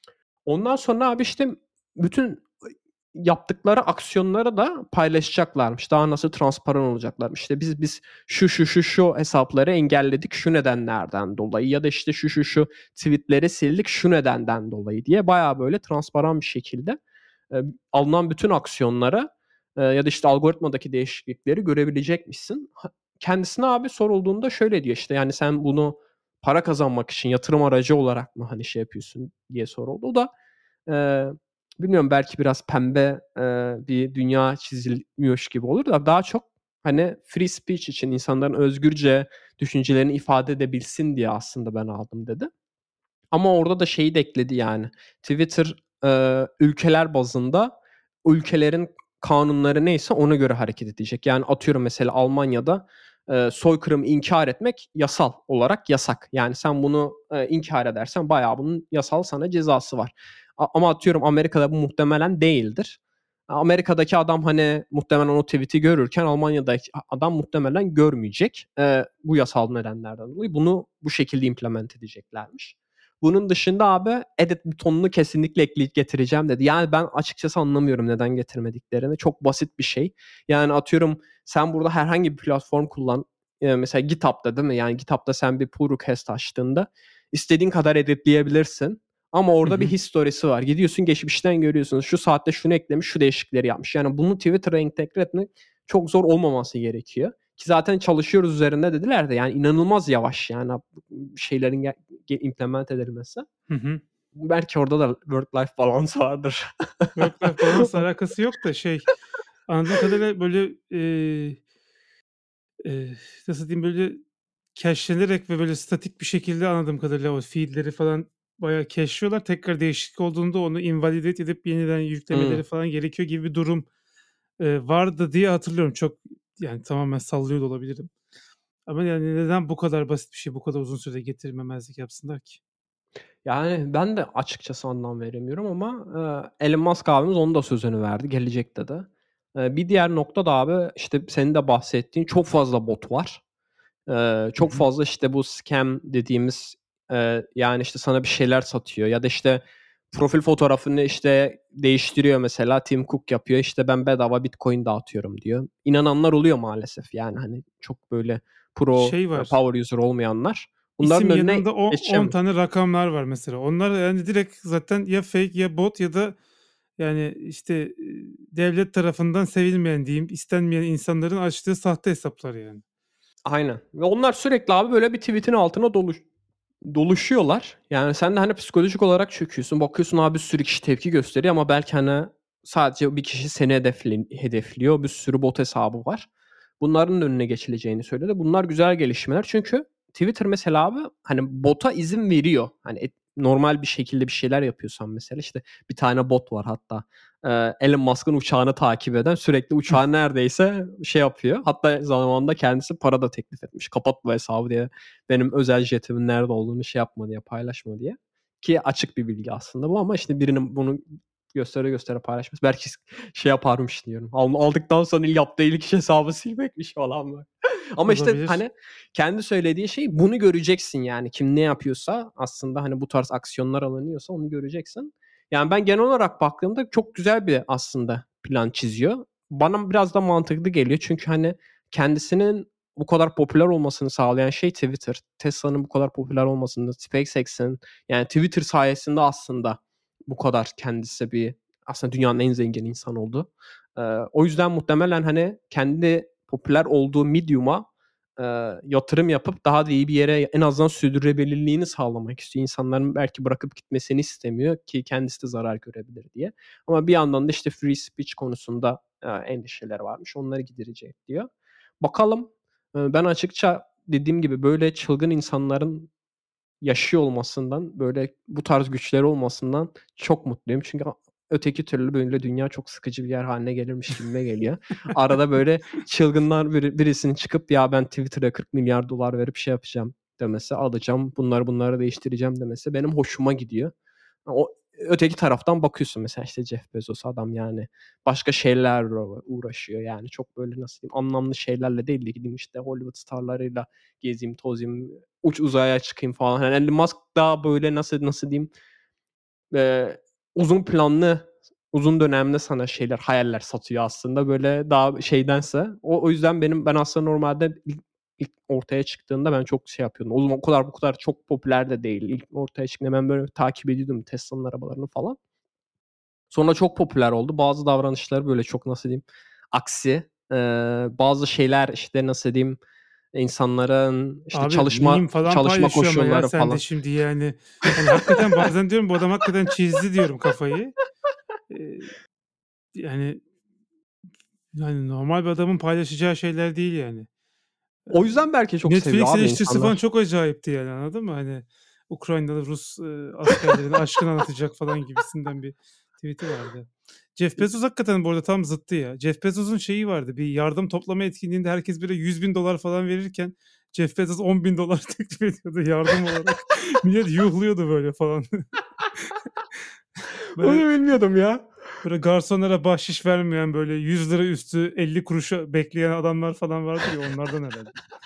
Ondan sonra abi işte bütün yaptıkları aksiyonları da paylaşacaklarmış. Daha nasıl transparan olacaklarmış. İşte biz biz şu şu şu şu hesapları engelledik şu nedenlerden dolayı ya da işte şu şu şu tweetleri sildik şu nedenden dolayı diye bayağı böyle transparan bir şekilde e, alınan bütün aksiyonlara e, ya da işte algoritmadaki değişiklikleri görebilecekmişsin. Ha- Kendisine abi sorulduğunda şöyle diyor işte yani sen bunu para kazanmak için yatırım aracı olarak mı hani şey yapıyorsun diye soruldu. O da Eee, bilmiyorum belki biraz pembe, eee, bir dünya çizilmiyormuş gibi olur da daha çok, hani, free speech için insanların özgürce düşüncelerini ifade edebilsin diye aslında ben aldım dedi. Ama orada da şeyi de ekledi yani. Twitter, eee, ülkeler bazında ülkelerin kanunları neyse ona göre hareket edecek. Yani atıyorum mesela Almanya'da, eee, soykırımı inkâr etmek yasal olarak yasak. Yani sen bunu, eee, inkâr edersen bayağı bunun yasal sana cezası var. A ama atıyorum Amerika'da bu muhtemelen değildir. Amerika'daki adam, hani, muhtemelen o tweet'i görürken Almanya'daki adam muhtemelen görmeyecek. Eee, bu yasal nedenlerden dolayı bunu bu şekilde implement edeceklermiş. Bunun dışında abi edit butonunu kesinlikle ekleyip getireceğim dedi. Yani ben açıkçası anlamıyorum neden getirmediklerini. Çok basit bir şey. Yani atıyorum sen burada herhangi bir platform kullan. Eee, mesela GitHub'da değil mi? Yani GitHub'da sen bir pull request açtığında istediğin kadar editleyebilirsin. Ama Hı orada bir hı. historisi var. Gidiyorsun geçmişten görüyorsunuz. Şu saatte şunu eklemiş, şu değişiklikleri yapmış. Yani bunu Twitter'a entegre etmek çok zor olmaması gerekiyor. Ki zaten çalışıyoruz üzerinde dediler de yani inanılmaz yavaş yani şeylerin ge- implement edilmesi. Hı hı. Belki orada da work life balance vardır. Work life balance'la alakası yok da şey, anladığım kadarıyla böyle, eee, eee, nasıl diyeyim, böyle cache'lenerek ve böyle statik bir şekilde anladığım kadarıyla o feed'leri falan bayağı cache'liyorlar. Tekrar değişiklik olduğunda onu invalidate edip yeniden Hımm. yüklemeleri falan gerekiyor gibi bir durum, eee, vardı diye hatırlıyorum. Çok, yani tamamen sallıyor da olabilirim. Ama yani neden bu kadar basit bir şey bu kadar uzun süre getirmemezlik yapsınlar ki? Yani ben de açıkçası anlam veremiyorum ama, eee, Elon Musk abimiz onun da sözünü verdi, gelecek dedi. Eee, bir diğer nokta da abi, işte, senin de bahsettiğin çok fazla bot var. Eee, Hı çok hı. fazla, işte, bu scam dediğimiz, eee, yani, işte, sana bir şeyler satıyor ya da, işte, profil fotoğrafını, işte, değiştiriyor mesela. Tim Cook yapıyor, işte, "Ben bedava bitcoin dağıtıyorum." diyor. İnananlar oluyor maalesef. Yani, hani, çok böyle pro, Şey eee, var, power user olmayanlar. Bunların isim önüne yanında o on geçeceğim. tane rakamlar var mesela. Onlar yani direkt zaten ya fake ya bot ya da yani, işte, eee, devlet tarafından sevilmeyen diyeyim, istenmeyen insanların açtığı sahte hesaplar yani. Aynen ve onlar sürekli abi böyle bir tweet'in altına doluş doluşuyorlar. Yani sen de, hani, psikolojik olarak çöküyorsun. Bakıyorsun abi bir sürü kişi tepki gösteriyor ama belki, hani, sadece bir kişi seni hedefli hedefliyor. Bir sürü bot hesabı var. Bunların önüne geçileceğini söyledi. Bunlar güzel gelişmeler. Çünkü Twitter mesela abi, hani, bot'a izin veriyor. Hani, et normal bir şekilde bir şeyler yapıyorsan mesela, işte, bir tane bot var hatta. Eee, Elon Musk'ın uçağını takip eden, sürekli uçağı neredeyse şey yapıyor. Hatta zamanında kendisi para da teklif etmiş. "Kapat bu hesabı." diye. Benim özel jetimin nerede olduğunu şey yapma diye, paylaşma diye. Ki açık bir bilgi aslında bu ama işte birinin bunu göstere göstere paylaşması. Belki şey yaparmış diyorum. Al aldıktan sonra yaptığı ilk iş hesabı silmekmiş falan böyle. Ama işte Olabilir. hani kendi söylediği şey bunu göreceksin yani. Kim ne yapıyorsa aslında hani bu tarz aksiyonlar alınıyorsa onu göreceksin. Yani ben genel olarak baktığımda çok güzel bir aslında plan çiziyor. Bana biraz da mantıklı geliyor. Çünkü hani kendisinin bu kadar popüler olmasını sağlayan şey Twitter. Tesla'nın bu kadar popüler olmasını, SpaceX'in, yani Twitter sayesinde aslında bu kadar kendisi bir aslında dünyanın en zengin insan oldu. Ee, o yüzden muhtemelen hani kendi popüler olduğu medium'a e, yatırım yapıp daha da iyi bir yere en azından sürdürülebilirliğini sağlamak istiyor. İnsanların belki bırakıp gitmesini istemiyor ki kendisi de zarar görebilir diye. Ama bir yandan da işte free speech konusunda e, endişeleri varmış. Onları giderecek diyor. Bakalım. E, ben açıkça dediğim gibi böyle çılgın insanların yaşıyor olmasından, böyle bu tarz güçleri olmasından çok mutluyum. Çünkü öteki türlü böyle dünya çok sıkıcı bir yer haline gelirmiş gibime geliyor. Arada böyle çılgınlar biri, birisinin çıkıp ya ben Twitter'a kırk milyar dolar verip şey yapacağım demesi, alacağım, bunları bunları değiştireceğim demesi benim hoşuma gidiyor. O öteki taraftan bakıyorsun mesela işte Jeff Bezos adam yani başka şeylerle uğraşıyor yani çok böyle nasıl diyeyim anlamlı şeylerle değil de gideyim işte Hollywood starlarıyla gezeyim, tozayım, uç uzaya çıkayım falan. Yani Elon Musk daha böyle nasıl nasıl diyeyim eee, uzun planlı, uzun dönemde sana şeyler, hayaller satıyor aslında. Böyle daha şeydense. O, o yüzden benim ben aslında normalde ilk, ilk ortaya çıktığında ben çok şey yapıyordum. O zaman o kadar bu kadar çok popüler de değil. İlk ortaya çıktığında ben böyle takip ediyordum Tesla'nın arabalarını falan. Sonra çok popüler oldu. Bazı davranışları böyle çok nasıl diyeyim aksi. Eee, bazı şeyler işte nasıl diyeyim insanların işte Abi meme çalışma falan çalışma paylaşıyor ama ya koşulları sen de falan. şimdi yani hani hakikaten bazen diyorum bu adam hakikaten çizdi diyorum kafayı. Ee, yani yani normal bir adamın paylaşacağı şeyler değil yani. Ee, O yüzden belki çok seviyor Netflix abi eleştirisi falan insanlar. çok acayipti yani anladın mı? Hani Ukraynalı Rus e, askerlerin aşkını anlatacak falan gibisinden bir tweet'i vardı. Jeff Bezos hakikaten bu arada tam zıttı ya. Jeff Bezos'un şeyi vardı. Bir yardım toplama etkinliğinde herkes böyle yüz bin dolar falan verirken Jeff Bezos on bin dolar teklif ediyordu yardım olarak. Millet yuhluyordu böyle falan. Onu Böyle bilmiyordum ya. böyle garsonlara bahşiş vermeyen böyle yüz lira üstü elli kuruşa bekleyen adamlar falan vardır ya onlardan herhalde.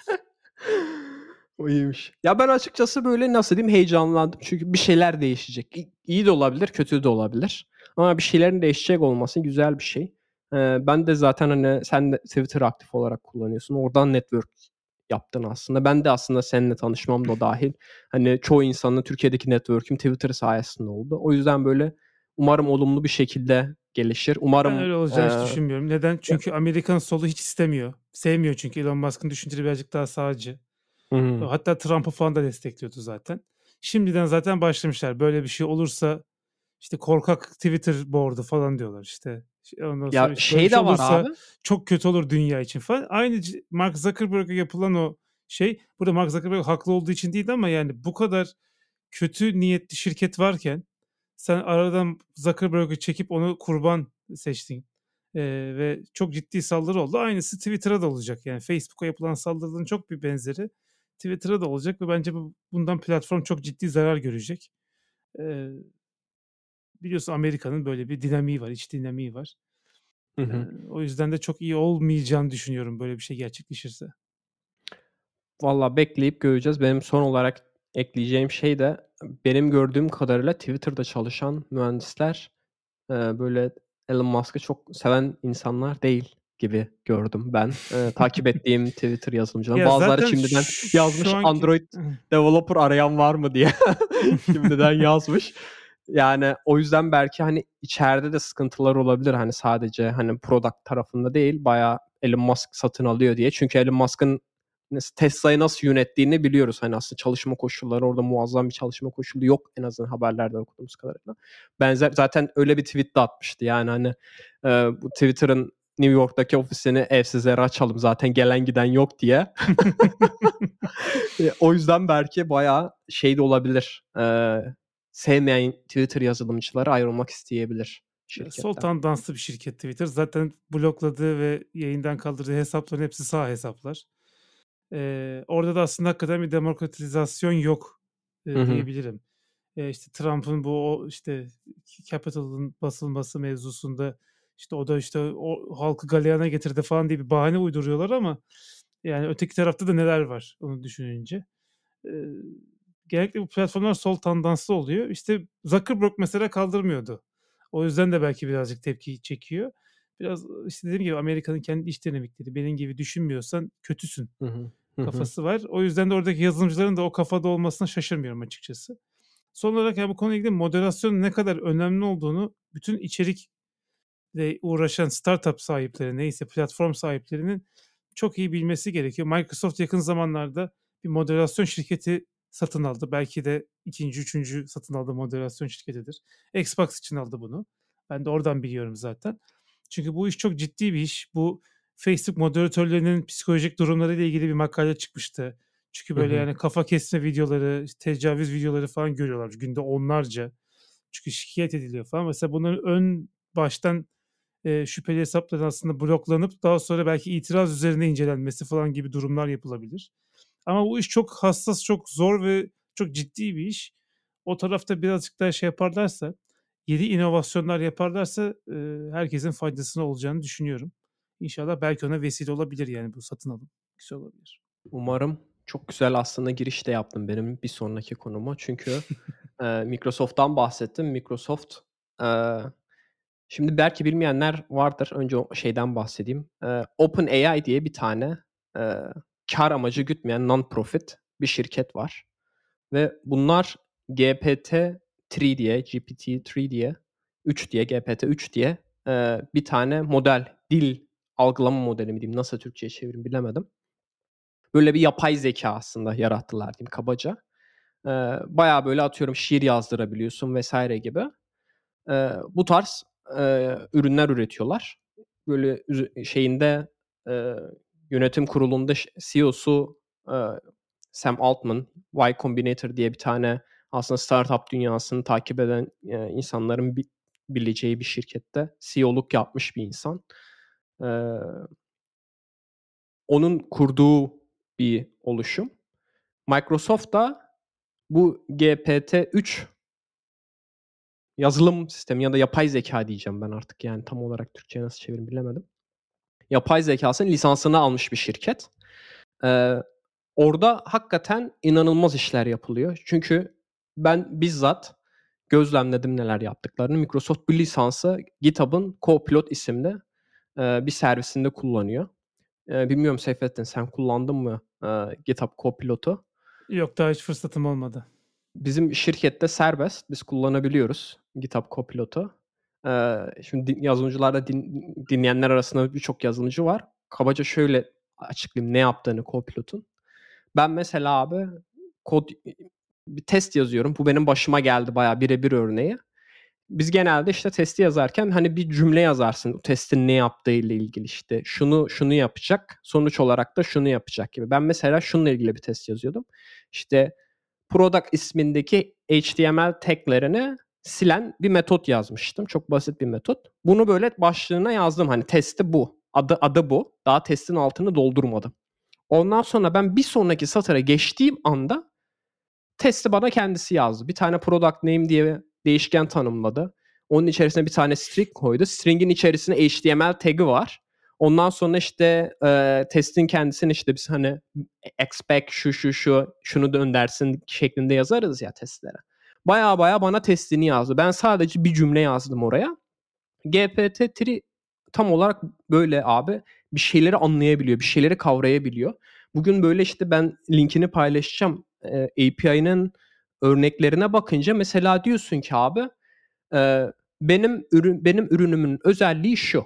O iyiymiş. Ya ben açıkçası böyle nasıl diyeyim heyecanlandım. Çünkü bir şeyler değişecek. İ- İyi de olabilir, kötü de olabilir. Ama bir şeylerin değişecek olması güzel bir şey. Ee, ben de zaten hani sen de Twitter aktif olarak kullanıyorsun. Oradan network yaptın aslında. Ben de aslında seninle tanışmam da dahil. Hani çoğu insanla Türkiye'deki network'üm Twitter sayesinde oldu. O yüzden böyle umarım olumlu bir şekilde gelişir. Ben Umarım öyle olacağını hiç eee, düşünmüyorum. Neden? ya- Çünkü Amerikan solu hiç istemiyor. Sevmiyor çünkü Elon Musk'ın düşünceleri birazcık daha sağcı. Hı hı. Hatta Trump'ı falan da destekliyordu zaten. Şimdiden zaten başlamışlar. Böyle bir şey olursa işte korkak Twitter board'u falan diyorlar işte. Ondan sonra Ya işte böyle bir şey şey de var olursa abi. çok kötü olur dünya için falan. Aynı c- Mark Zuckerberg'e yapılan o şey. Burada Mark Zuckerberg haklı olduğu için değil ama yani bu kadar kötü niyetli şirket varken sen aradan Zuckerberg'ü çekip onu kurban seçtin. Ee, ve çok ciddi saldırı oldu. Aynısı Twitter'a da olacak. Yani Facebook'a yapılan saldırının çok bir benzeri Twitter'a da olacak ve bence bu, bundan platform çok ciddi zarar görecek. Ee, biliyorsun Amerika'nın böyle bir dinamiği var, iç dinamiği var. Hı Ee, hı. o yüzden de çok iyi olmayacağını düşünüyorum böyle bir şey gerçekleşirse. Valla bekleyip göreceğiz. Benim son olarak ekleyeceğim şey de benim gördüğüm kadarıyla Twitter'da çalışan mühendisler e, böyle Elon Musk'ı çok seven insanlar değil gibi gördüm ben. E, takip ettiğim Twitter yazılımcıların. Ya Bazıları zaten şimdiden şu yazmış anki Android developer arayan var mı diye şimdiden yazmış. Yani o yüzden belki hani içeride de sıkıntılar olabilir. Hani sadece hani product tarafında değil bayağı Elon Musk satın alıyor diye. Çünkü Elon Musk'ın Tesla'yı nasıl yönettiğini biliyoruz. Hani aslında çalışma koşulları orada muazzam bir çalışma koşulu yok en azından haberlerde okuduğumuz kadarıyla. Benzer zaten öyle bir tweet de atmıştı. Yani hani e, bu Twitter'ın New York'taki ofisini evsizlere açalım zaten gelen giden yok diye. E, o yüzden belki bayağı şey de olabilir. E, sevmeyen Twitter yazılımcıları ayrılmak isteyebilir Ya, sol şirketten. tandanslı bir şirket Twitter. Zaten blokladığı ve yayından kaldırdığı hesapların hepsi sağ hesaplar. Eee, orada da aslında hakikaten bir demokratizasyon yok, Hı eee, hı. diyebilirim. Eee, işte Trump'ın bu o işte Capitol'un basılması mevzusunda işte o da işte o halkı galeyana getirdi falan diye bir bahane uyduruyorlar ama yani öteki tarafta da neler var onu düşününce. Eee, genellikle bu platformlar sol tandanslı oluyor. İşte Zuckerberg mesela kaldırmıyordu. O yüzden de belki birazcık tepki çekiyor. Biraz işte dediğim gibi Amerika'nın kendi iç dinamikleri. Benim gibi düşünmüyorsan kötüsün Hı hı. Hı hı. kafası var. O yüzden de oradaki yazılımcıların da o kafada olmasına şaşırmıyorum açıkçası. Son olarak ya bu konuyla ilgili moderasyonun ne kadar önemli olduğunu bütün içerikle uğraşan startup sahipleri, neyse platform sahiplerinin çok iyi bilmesi gerekiyor. Microsoft yakın zamanlarda bir moderasyon şirketi satın aldı. Belki de ikinci, üçüncü satın aldığı moderasyon şirketidir. Xbox için aldı bunu. Ben de oradan biliyorum zaten. Çünkü bu iş çok ciddi bir iş. Bu Facebook moderatörlerinin psikolojik durumlarıyla ilgili bir makale çıkmıştı. Çünkü Hı böyle hı. yani kafa kesme videoları, tecavüz videoları falan görüyorlar günde onlarca. Çünkü şikayet ediliyor falan. Mesela bunların ön baştan e, şüpheli hesapların aslında bloklanıp daha sonra belki itiraz üzerine incelenmesi falan gibi durumlar yapılabilir. Ama bu iş çok hassas, çok zor ve çok ciddi bir iş. O tarafta birazcık daha şey yaparlarsa, yeni inovasyonlar yaparlarsa e, herkesin faydasına olacağını düşünüyorum. İnşallah belki ona vesile olabilir yani bu satın alım. Güzel olabilir. Umarım. Çok güzel aslında giriş de yaptın benim bir sonraki konuma. Çünkü eee, Microsoft'tan bahsettim. Microsoft eee, şimdi belki bilmeyenler vardır. Önce o şeyden bahsedeyim. Eee, OpenAI diye bir tane eee kar amacı gütmeyen non-profit bir şirket var. Ve bunlar G P T üç diye, G P T üç diye, üç diye, G P T üç diye eee, bir tane model, dil algılama modeli mi diyeyim, nasıl Türkçe'ye çevireyim bilemedim. Böyle bir yapay zeka aslında yarattılar diyeyim kabaca. Eee, bayağı böyle atıyorum şiir yazdırabiliyorsun vesaire gibi. Eee, bu tarz eee, ürünler üretiyorlar. Böyle üzü- şeyinde eee, yönetim kurulunda ş- C E O'su eee, Sam Altman, Y Combinator diye bir tane aslında startup dünyasını takip eden eee, insanların bi- bileceği bir şirkette C E O'luk yapmış bir insan. Eee, onun kurduğu bir oluşum. Microsoft da bu G P T üç yazılım sistemi ya da yapay zeka diyeceğim ben artık yani tam olarak Türkçe'ye nasıl çevirim bilemedim. Yapay zekasının lisansını almış bir şirket. Eee, orada hakikaten inanılmaz işler yapılıyor. Çünkü ben bizzat gözlemledim neler yaptıklarını. Microsoft bu lisansı GitHub'ın Copilot isimli eee, bir servisinde kullanıyor. Eee, bilmiyorum Seyfettin sen kullandın mı eee, GitHub Copilot'u? Yok daha hiç fırsatım olmadı. Bizim şirkette serbest. Biz kullanabiliyoruz GitHub Copilot'u. Eee, şimdi din yazılımcılarla din dinleyenler arasında birçok yazılımcı var. Kabaca şöyle açıklayayım ne yaptığını Copilot'un. Ben mesela abi kod bir test yazıyorum. Bu benim başıma geldi bayağı birebir örneği. Biz genelde işte testi yazarken hani bir cümle yazarsın. O testin ne yaptığıyla ilgili işte. Şunu şunu yapacak. Sonuç olarak da şunu yapacak gibi. Ben mesela şununla ilgili bir test yazıyordum. İşte product ismindeki H T M L taglerini silen bir metot yazmıştım. Çok basit bir metot. Bunu böyle başlığına yazdım. Hani testi bu. Adı adı bu. Daha testin altını doldurmadım. Ondan sonra ben bir sonraki satıra geçtiğim anda testi bana kendisi yazdı. Bir tane product name diye değişken tanımladı. Onun içerisine bir tane string koydu. String'in içerisinde H T M L tag'i var. Ondan sonra işte e, testin kendisini işte biz hani expect şu şu şu şunu döndersin şeklinde yazarız ya testlere. Baya baya bana testini yazdı. Ben sadece bir cümle yazdım oraya. G P T üç tam olarak böyle abi bir şeyleri anlayabiliyor, bir şeyleri kavrayabiliyor. Bugün böyle işte ben linkini paylaşacağım. Ee, A P I'nin örneklerine bakınca mesela diyorsun ki abi e, benim ürün benim ürünümün özelliği şu.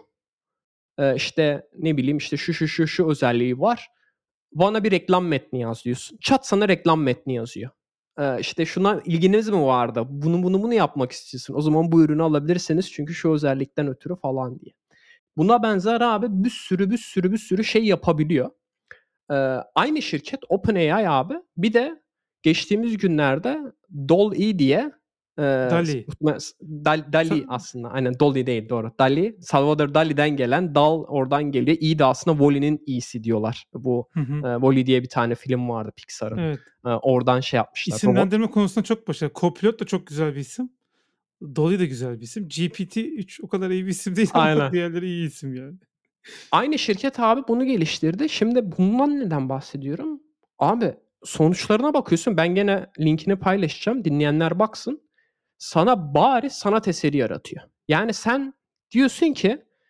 E, işte ne bileyim işte şu şu şu şu özelliği var. Bana bir reklam metni yaz diyorsun. Çat sana reklam metni yazıyor. Ee, işte şuna ilginiz mi vardı? Bunu bunu bunu yapmak istiyorsun. O zaman bu ürünü alabilirsiniz çünkü şu özellikten ötürü falan diye. Buna benzer abi bir sürü bir sürü bir sürü şey yapabiliyor. Ee, aynı şirket OpenAI abi bir de geçtiğimiz günlerde DALL-E diye e, Dali. Dal- DALL-E Sa- aslında aynen DALL-E değil doğru. DALL-E Salvador Dali'den gelen Dal oradan geliyor. E de aslında Wall-E'nin E'si diyorlar. Bu Hı hı. e, Wall-E diye bir tane film vardı Pixar'ın. Evet. E, oradan şey yapmışlar robot. İsimlendirme konusunda çok başarılı. Copilot da çok güzel bir isim. Dolly de güzel bir isim. G P T üç o kadar iyi bir isim değil ama Aynen. diğerleri iyi isim yani. Aynı şirket abi bunu geliştirdi. Şimdi bundan neden bahsediyorum? Abi sonuçlarına bakıyorsun. Ben gene linkini paylaşacağım. Dinleyenler baksın. Sana bari sanat eseri yaratıyor. Yani sen diyorsun ki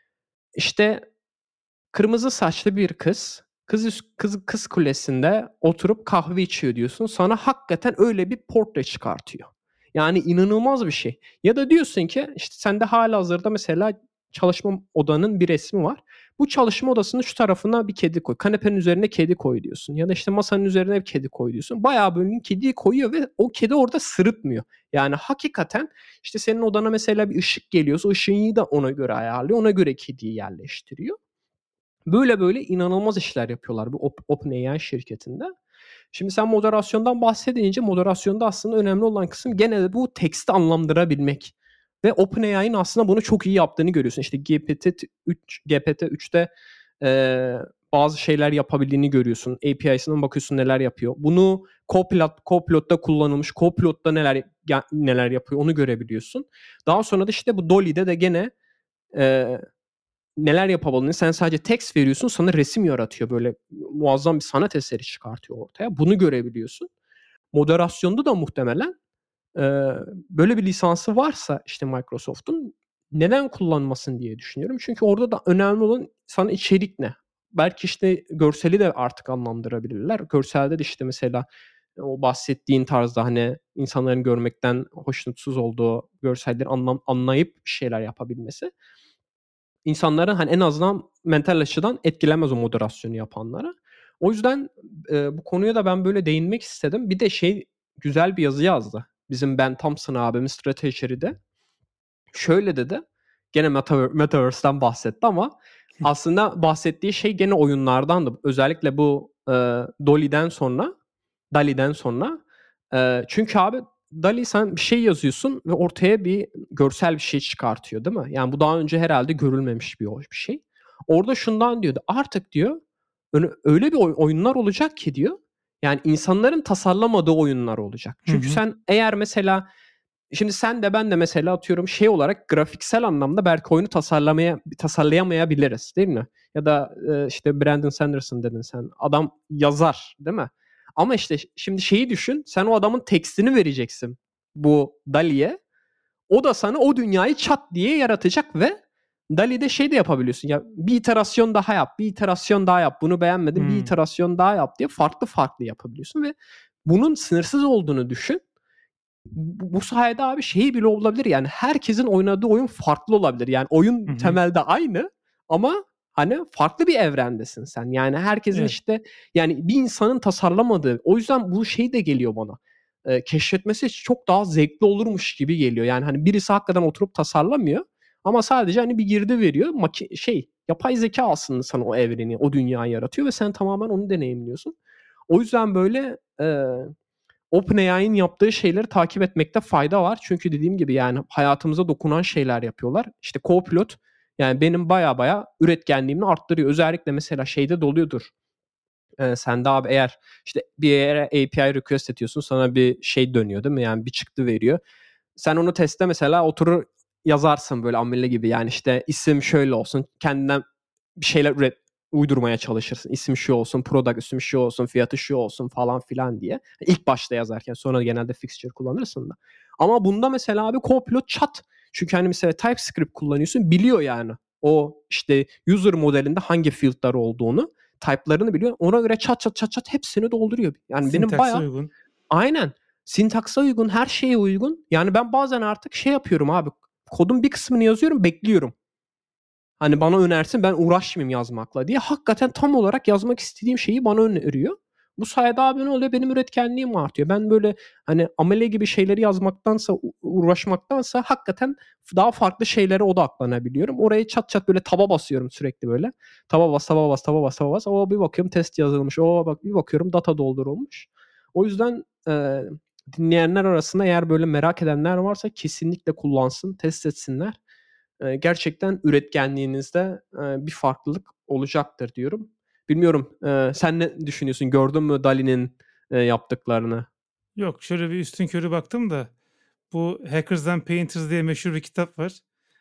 İşte kırmızı saçlı bir kız, kız üst kız kız kulesinde oturup kahve içiyor diyorsun. Sana hakikaten öyle bir portre çıkartıyor. Yani inanılmaz bir şey. Ya da diyorsun ki işte sende hâlihazırda mesela çalışma odanın bir resmi var. Bu çalışma odasının şu tarafına bir kedi koy. Kanepenin üzerine kedi koy diyorsun. Ya da işte masanın üzerine bir kedi koy diyorsun. Bayağı böyle kediyi koyuyor ve o kedi orada sırıtmıyor. Yani hakikaten işte senin odana mesela bir ışık geliyorsa ışığı da ona göre ayarlıyor. Ona göre kediyi yerleştiriyor. Böyle böyle inanılmaz işler yapıyorlar bu Op OpenAI şirketinde. Şimdi sen moderasyondan bahsedince moderasyonda aslında önemli olan kısım gene de bu teksti anlamlandırabilmek ve OpenAI'nin aslında bunu çok iyi yaptığını görüyorsun. İşte G P T üç G P T üçte eee, bazı şeyler yapabildiğini görüyorsun. A P I'sine bakıyorsun neler yapıyor. Bunu Copilot Copilot'ta kullanılmış. Copilot'ta neler ya, neler yapıyor onu görebiliyorsun. Daha sonra da işte bu DALL-E'de de gene eee neler yapabildiğini sen sadece text veriyorsun sana resim yaratıyor. Böyle muazzam bir sanat eseri çıkartıyor ortaya. Bunu görebiliyorsun. Moderasyonda da muhtemelen eee, böyle bir lisansı varsa işte Microsoft'un neden kullanmasın diye düşünüyorum. Çünkü orada da önemli olan sana içerik ne? Belki işte görseli de artık anlamlandırabilirler. Görselde de işte mesela o bahsettiğin tarzda hani insanların görmekten hoşnutsuz olduğu görselleri anlam anlayıp bir şeyler yapabilmesi. İnsanları hani en azından mental açıdan etkilemez o moderasyonu yapanlara. O yüzden, eee, bu konuya da ben böyle değinmek istedim. Bir de şey güzel bir yazı yazdı. Bizim Ben Thompson abimiz Stratejeri'de. Şöyle dedi. Gene metaver Metaverse'den bahsetti ama aslında bahsettiği şey gene oyunlardandı. Özellikle bu, eee, DALL-E'den sonra DALL-E'den sonra. Eee, çünkü abi DALL-E sen bir şey yazıyorsun ve ortaya bir görsel bir şey çıkartıyor, değil mi? Yani bu daha önce herhâlde görülmemiş bir o bir şey. Orada şundan diyordu, artık diyor önü öyle bir oy oyunlar olacak ki diyor, yani insanların tasarlamadığı oyunlar olacak. Hı Çünkü hı. sen eğer mesela şimdi sen de ben de mesela atıyorum şey olarak grafiksel anlamda belki oyunu tasarlamaya tasarlayamayabiliriz, değil mi? Ya da, eee, işte Brandon Sanderson dedin sen. Adam yazar, değil mi? Ama işte şimdi şeyi düşün, sen o adamın tekstini vereceksin bu DALL-E'ye. O da sana o dünyayı çat diye yaratacak ve DALL-E'de şey de yapabiliyorsun. Ya bir iterasyon daha yap, bir iterasyon daha yap. Bunu beğenmedim, bir Hımm. iterasyon daha yap diye farklı farklı yapabiliyorsun ve bunun sınırsız olduğunu düşün. Bu, bu sayede abi şey bile olabilir yani herkesin oynadığı oyun farklı olabilir. Yani Hı oyun hı. temelde aynı ama hani farklı bir evrendesin sen. Yani herkesin Evet. işte yani bir insanın tasarlamadığı. O yüzden bu şey de geliyor bana. Eee, keşfetmesi çok daha zevkli olurmuş gibi geliyor. Yani hani birisi hakikaten oturup tasarlamıyor ama sadece hani bir girdi veriyor. Maki şey yapay zeka aslında sana o evreni, o dünyayı yaratıyor ve sen tamamen onu deneyimliyorsun. O yüzden böyle eee OpenAI'nin yaptığı şeyleri takip etmekte fayda var. Çünkü dediğim gibi yani hayatımıza dokunan şeyler yapıyorlar. İşte Copilot yani benim baya baya üretkenliğimi arttırıyor. Özellikle mesela şeyde de oluyordur. Eee, sen de abi eğer işte bir yere A P I request ediyorsun sana bir şey dönüyor değil mi? Yani bir çıktı veriyor. Sen onu testte mesela oturur yazarsın böyle amele gibi. Yani işte isim şöyle olsun. Kendinden bir şeyler üret uydurmaya çalışırsın. İsmi şu olsun, product ismi şu olsun, fiyatı şu olsun falan filan diye. İlk başta yazarken sonra genelde fixture kullanırsın da. Ama bunda mesela abi Copilot çat. Çünkü hani mesela TypeScript kullanıyorsun biliyor yani. O işte user modelinde hangi field'lar olduğunu, type'larını biliyor. Ona göre çat çat çat çat hepsini dolduruyor. Yani benim Sintaksa bayağı uygun. aynen. Sintaksa uygun, her şeye uygun. Yani ben bazen artık şey yapıyorum abi. Kodun bir kısmını yazıyorum, bekliyorum. Hani bana önersin ben uğraşmayayım yazmakla diye. Hakikaten tam olarak yazmak istediğim şeyi bana öneriyor. Bu sayede abi ne oluyor? Benim üretkenliğim artıyor. Ben böyle hani amele gibi şeyleri yazmaktansa, uğraşmaktansa hakikaten daha farklı şeylere odaklanabiliyorum. Oraya çat çat böyle taba basıyorum sürekli böyle. Taba bas, taba bas, taba bas, taba bas. O bir bakıyorum test yazılmış. O bak bir bakıyorum data doldurulmuş. O yüzden eee, dinleyenler arasında eğer böyle merak edenler varsa kesinlikle kullansın, test etsinler. Eee, gerçekten üretkenliğinizde, eee, bir farklılık olacaktır diyorum. Bilmiyorum, eee, sen ne düşünüyorsun? Gördün mü DALL-E'nin, eee, yaptıklarını? Yok, şöyle bir üstünkörü baktım da bu Hackers and Painters diye meşhur bir kitap var.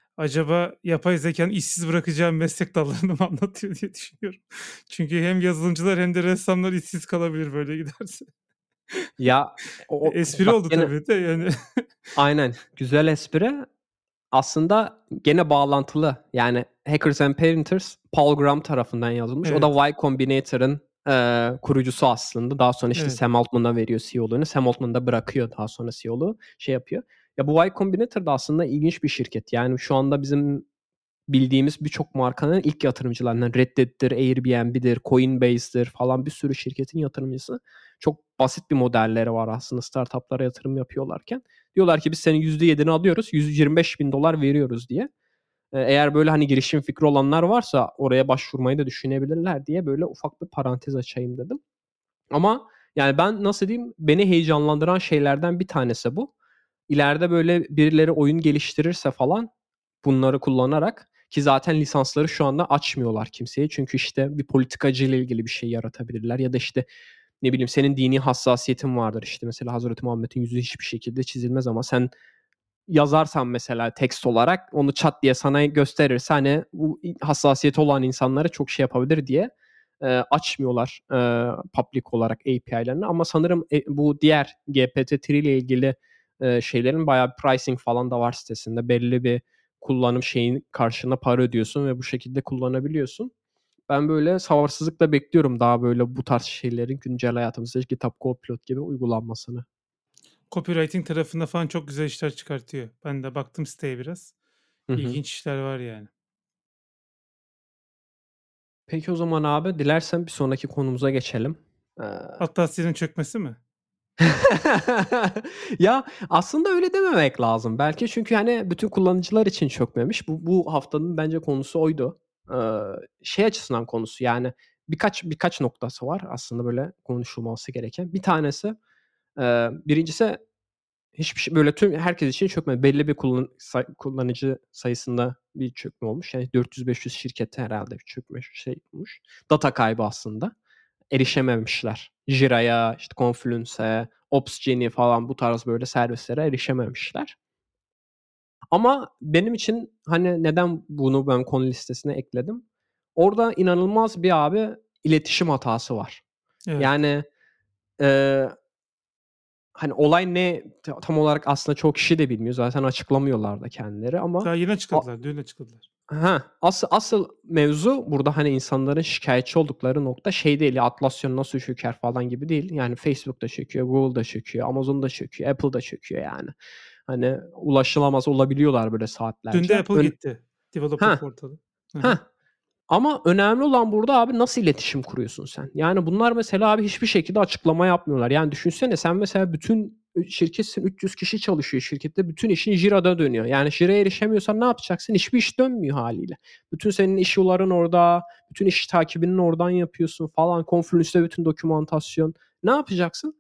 Acaba yapay zekânın işsiz bırakacağı meslek dallarını mı anlatıyor diye düşünüyorum. Çünkü hem yazılımcılar hem de ressamlar işsiz kalabilir böyle giderse. Ya, o o Espri bak oldu gene tabii de yani. aynen, güzel espri aslında gene bağlantılı. Yani Hackers and Painters Paul Graham tarafından yazılmış. O Evet. da Y Combinator'ın eee, kurucusu aslında. Daha sonra işte Evet. Sam Altman'a veriyor C E O'luğunu. Sam Altman da bırakıyor daha sonra C E O'luğu. Şey yapıyor. Ya bu Y Combinator da aslında ilginç bir şirket. Yani şu anda bizim bildiğimiz birçok markanın ilk yatırımcılarından. Reddit'tir, Airbnb'dir, Coinbase'dir falan bir sürü şirketin yatırımcısı. Çok basit bir modelleri var aslında startuplara yatırım yapıyorlarken. Diyorlar ki biz senin yüzde yedini alıyoruz, yüz yirmi beş bin dolar veriyoruz diye. Ee, Eğer böyle hani girişim fikri olanlar varsa oraya başvurmayı da düşünebilirler diye böyle ufak bir parantez açayım dedim. Ama yani ben nasıl diyeyim, beni heyecanlandıran şeylerden bir tanesi bu. İleride böyle birileri oyun geliştirirse falan bunları kullanarak, ki zaten lisansları şu anda açmıyorlar kimseye. Çünkü işte bir politikacı ile ilgili bir şey yaratabilirler ya da işte ne bileyim senin dini hassasiyetin vardır. İşte mesela Hazreti Muhammed'in yüzü hiçbir şekilde çizilmez ama sen yazarsan mesela tekst olarak onu çat diye sana gösterirse hani bu hassasiyeti olan insanlara çok şey yapabilir diye e, açmıyorlar e, public olarak A P I'lerini. Ama sanırım e, bu diğer G P T üç ile ilgili e, şeylerin bayağı bir pricing falan da var sitesinde. Belli bir kullanım şeyin karşına para ödüyorsun ve bu şekilde kullanabiliyorsun. Ben böyle sabırsızlıkla bekliyorum daha böyle bu tarz şeylerin güncel hayatımızda GitHub Copilot gibi uygulanmasını. Copywriting tarafında falan çok güzel işler çıkartıyor. Ben de baktım siteye biraz. Hı hı. İlginç işler var yani. Peki o zaman abi dilersen bir sonraki konumuza geçelim. Ee, Atlassian'ın çökmesi mi? ya aslında öyle dememek lazım. Belki çünkü hani bütün kullanıcılar için çökmemiş. Bu, bu haftanın bence konusu oydu. Ee, şey açısından konusu yani birkaç birkaç noktası var aslında böyle konuşulması gereken. Bir tanesi e, birincisi hiçbir şey böyle tüm herkes için çökmedi. Belli bir kullan, say, kullanıcı sayısında bir çökme olmuş. Yani dört yüz beş yüz şirkette herhalde bir çökme şey olmuş. Data kaybı aslında. Erişememişler. Jira'ya, işte Confluence'e, Opsgenie falan bu tarz böyle servislere erişememişler. Ama benim için hani neden bunu ben konu listesine ekledim? Orada inanılmaz bir abi iletişim hatası var. Evet. Yani eee hani olay ne tam olarak aslında çok kişi de bilmiyor. Zaten açıklamıyorlar da kendileri ama Daha yeni a açıkladılar. Dün açıkladılar. ha, asıl asıl mevzu burada hani insanların şikâyetçi oldukları nokta şey değil ya, Atlassian nasıl çöker falan gibi değil. Yani Facebook da çöküyor, Google da çöküyor, Amazon da çöküyor, Apple da çöküyor yani. Hani ulaşılamaz olabiliyorlar böyle Dün de saatlerce. Apple Ön gitti. Developer Hah, portalı. Hı hı. hah. Ama önemli olan burada abi nasıl iletişim kuruyorsun sen? Yani bunlar mesela abi hiçbir şekilde açıklama yapmıyorlar. Yani düşünsene sen mesela bütün şirketsin, üç yüz kişi çalışıyor şirkette. Bütün işin Jira'da dönüyor. Yani Jira'ya erişemiyorsan ne yapacaksın? Hiçbir iş dönmüyor haliyle. Bütün senin issue'ların orada, bütün iş takibini oradan yapıyorsun falan. Confluence'de bütün dokümantasyon. Ne yapacaksın?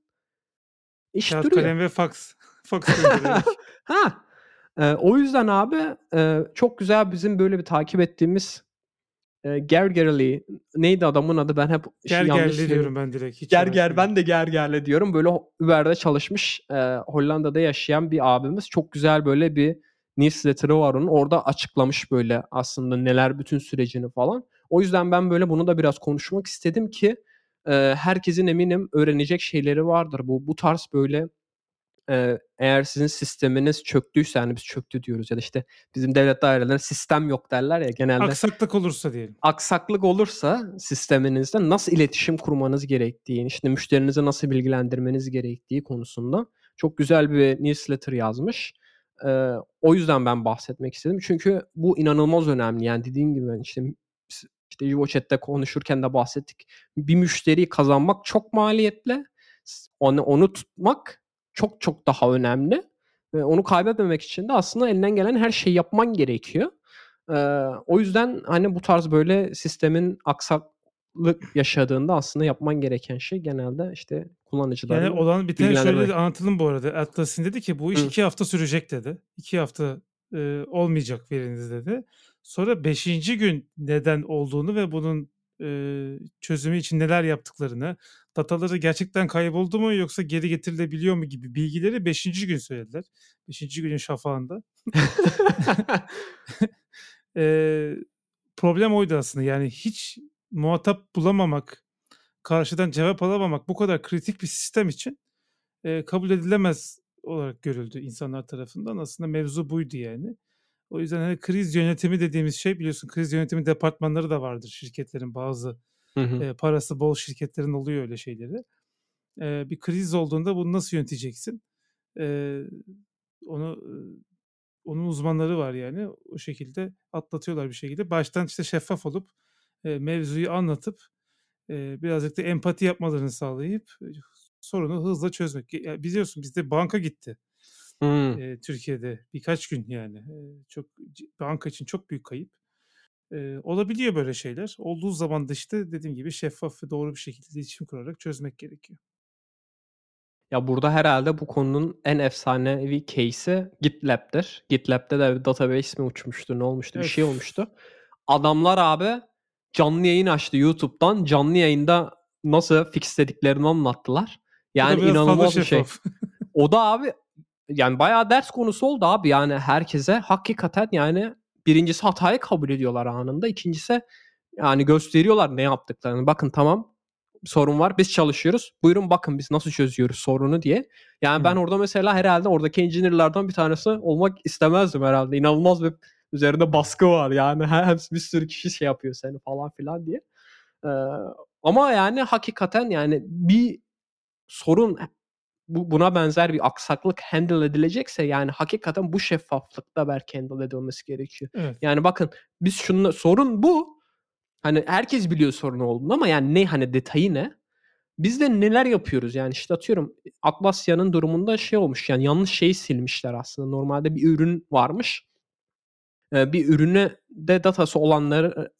İş Kağıt, duruyor. kalem ve fax. Fax göndererek. Ha. Eee, o yüzden abi eee, çok güzel bizim böyle bir takip ettiğimiz Eee, Gergerli neydi adamın adı? Ben hep şi yanlış Gergerli söylüyorum. diyorum ben direkt. Hiç Gerger, uğraşmıyorum. ben de Gerger'le diyorum. Böyle ho Uber'de çalışmış, eee, Hollanda'da yaşayan bir abimiz. Çok güzel böyle bir newsletter'ı var onun. Orada açıklamış böyle aslında neler, bütün sürecini falan. O yüzden ben böyle bunu da biraz konuşmak istedim ki, eee, herkesin eminim öğrenecek şeyleri vardır. Bu bu tarz böyle Eee, eğer sizin sisteminiz çöktüyse, hani biz çöktü diyoruz ya da işte bizim devlet dairelerinde sistem yok derler ya genelde. Aksaklık olursa diyelim. Aksaklık olursa sisteminizde nasıl iletişim kurmanız gerektiği, işte müşterinizi nasıl bilgilendirmeniz gerektiği konusunda çok güzel bir newsletter yazmış. Eee, o yüzden ben bahsetmek istedim. Çünkü bu inanılmaz önemli. Yani dediğim gibi ben işte s işte EvoChat'te konuşurken de bahsettik. Bir müşteriyi kazanmak çok maliyetli. S onu onu tutmak çok çok daha önemli ve onu kaybetmemek için de aslında elinden gelen her şeyi yapman gerekiyor. Eee, o yüzden, hani, bu tarz böyle sistemin aksaklık yaşadığında aslında yapman gereken şey genelde, işte, Yani kullanıcıları olan biteni şöyle de bilgilendirmek. anlatalım bu arada. Atlassian dedi ki bu iş Hı. iki hafta sürecek dedi. iki hafta, eee, olmayacak veriniz dedi. Sonra beşinci gün neden olduğunu ve bunun, eee, çözümü için neler yaptıklarını, dataları gerçekten kayboldu mu yoksa geri getirilebiliyor mu gibi bilgileri beşinci gün söylediler. beşinci günün şafağında. Eee, problem oydu aslında. Yani hiç muhatap bulamamak, karşıdan cevap alamamak bu kadar kritik bir sistem için Eee, kabul edilemez olarak görüldü insanlar tarafından. Aslında mevzu buydu yani. O yüzden, hani, kriz yönetimi dediğimiz şey biliyorsun kriz yönetimi departmanları da vardır şirketlerin bazı, Hı hı. eee, parası bol şirketlerin oluyor öyle şeyleri. Eee, bir kriz olduğunda bunu nasıl yöneteceksin? Eee, onu, ııı, onun uzmanları var yani. O şekilde atlatıyorlar bir şekilde. Baştan, işte, şeffaf olup, eee, mevzuyu anlatıp, eee, birazcık da empati yapmalarını sağlayıp, eee, sorunu hızla çözmek. Ya, biliyorsun bizde banka gitti, Hımm. eee, Türkiye'de birkaç gün yani. Eee, çok ci banka için çok büyük kayıp. Eee, olabiliyor böyle şeyler. Olduğu zaman da, işte, dediğim gibi şeffaf ve doğru bir şekilde iletişim kurarak çözmek gerekiyor. Ya, burada herhâlde bu konunun en efsanevi case'i GitLab'dir. GitLab'de de database mi uçmuştu, ne olmuştu, bir şey Öf! olmuştu. Adamlar abi canlı yayın açtı YouTube'dan. Canlı yayında nasıl fixlediklerini anlattılar. O da Yani biraz fazla inanılmaz bir şey. şeffaf. O da abi yani bayağı ders konusu oldu abi yani herkese. Hakikaten yani birincisi hatayı kabul ediyorlar anında. ikincisi yani gösteriyorlar ne yaptıklarını. Bakın tamam, sorun var. Biz çalışıyoruz. Buyurun bakın biz nasıl çözüyoruz sorunu diye. Yani ben Hımm. orada mesela herhâlde oradaki engineer'lardan bir tanesi olmak istemezdim herhâlde. İnanılmaz bir üzerinde baskı var yani. He hems bir sürü kişi şey yapıyor seni falan filan diye. Eee, ama yani hakikaten yani bir sorun bu buna benzer bir aksaklık handle edilecekse yani hakikaten bu şeffaflıkta belki handle edilmesi gerekiyor. Evet. Yani bakın biz şunla sorun bu. Hani herkes biliyor sorun olduğunu ama yani ne, hani detayı ne? Biz de neler yapıyoruz yani işte atıyorum Atlassian'ın durumunda şey olmuş yani yanlış şeyi silmişler aslında. Normalde bir ürün varmış. Eee, bir ürüne de datası olanları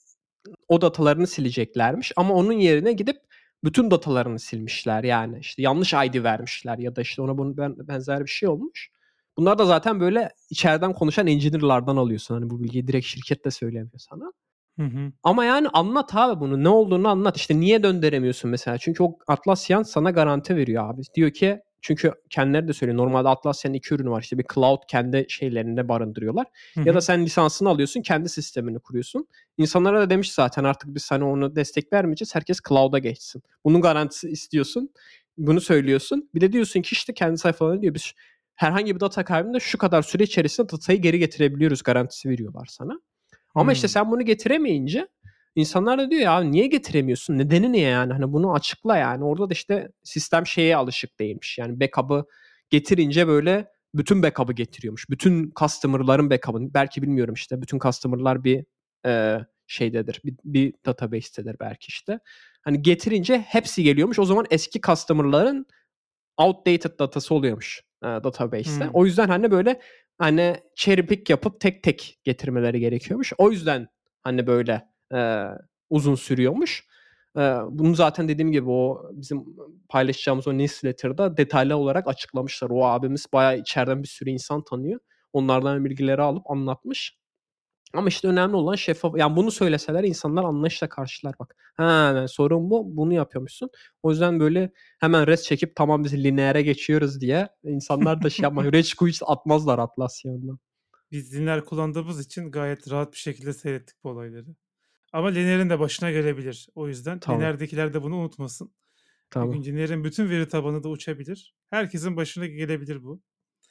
o datalarını sileceklermiş ama onun yerine gidip bütün datalarını silmişler. Yani, işte, yanlış I D vermişler ya da, işte, ona bunun ben benzer bir şey olmuş. Bunlar da zaten, böyle, içeriden konuşan engineer'lardan alıyorsun. Hani, bu bilgiyi direkt şirket de söylemiyor sana. Hı hı. Ama yani anlat abi bunu. Ne olduğunu anlat. İşte niye döndüremiyorsun mesela? Çünkü o Atlassian sana garanti veriyor abi. Diyor ki çünkü kendileri de söylüyor. Normalde Atlassian'ın iki ürünü var. İşte bir cloud kendi şeylerinde barındırıyorlar. Hı Ya da hı. sen lisansını alıyorsun, kendi sistemini kuruyorsun. İnsanlara da demiş zaten artık biz sana onu destek vermeyeceğiz. Herkes cloud'a geçsin. Bunun garantisi istiyorsun. Bunu söylüyorsun. Bir de diyorsun ki işte kendi sayfalarında diyor biz herhangi bir data kaybında şu kadar süre içerisinde datayı geri getirebiliyoruz garantisi veriyorlar sana. Ama işte Hımm. sen bunu getiremeyince insanlar da diyor ya niye getiremiyorsun? Nedeni ne yani? Hani bunu açıkla yani. Orada da işte sistem şeye alışık değilmiş. Yani backup'ı getirince böyle bütün backup'ı getiriyormuş. Bütün customer'ların backup'ını belki bilmiyorum işte bütün customer'lar bir eee, şeydedir. Bir, bir database'tedir belki işte. Hani getirince hepsi geliyormuş. O zaman eski customer'ların outdated datası oluyormuş, eee, database'te. Hımm. O yüzden, hani, böyle, hani, cherry pick yapıp tek tek getirmeleri gerekiyormuş. O yüzden, hani, böyle, eee, uzun sürüyormuş. Eee, bunu zaten dediğim gibi o bizim paylaşacağımız o newsletter'da detaylı olarak açıklamışlar. O abimiz bayağı içeriden bir sürü insan tanıyor. Onlardan bilgileri alıp anlatmış. Ama işte önemli olan şeffaf yani bunu söyleseler insanlar anlayışla karşılar bak. Ha, sorun bu, bunu yapıyormuşsun. O yüzden böyle hemen res çekip tamam biz lineere geçiyoruz diye insanlar da şey yapmıyor. Rage quit atmazlar Atlassian'dan. Biz Linear kullandığımız için gayet rahat bir şekilde seyrettik bu olayları. Ama Linear'in de başına gelebilir. O yüzden Tabii, Linear'dekiler de bunu unutmasın. Bir tabii. gün Linear'in bütün veri tabanı da uçabilir. Herkesin başına gelebilir bu.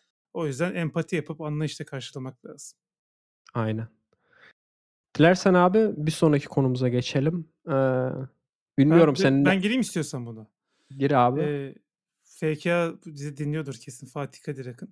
O yüzden empati yapıp anlayışla karşılamak lazım. Aynen. Dilersen abi bir sonraki konumuza geçelim. Eee, bilmiyorum Ben de senin ben gireyim istiyorsan buna. gir abi. Eee, F K A bizi dinliyordur kesin Fatih Kadir Akın.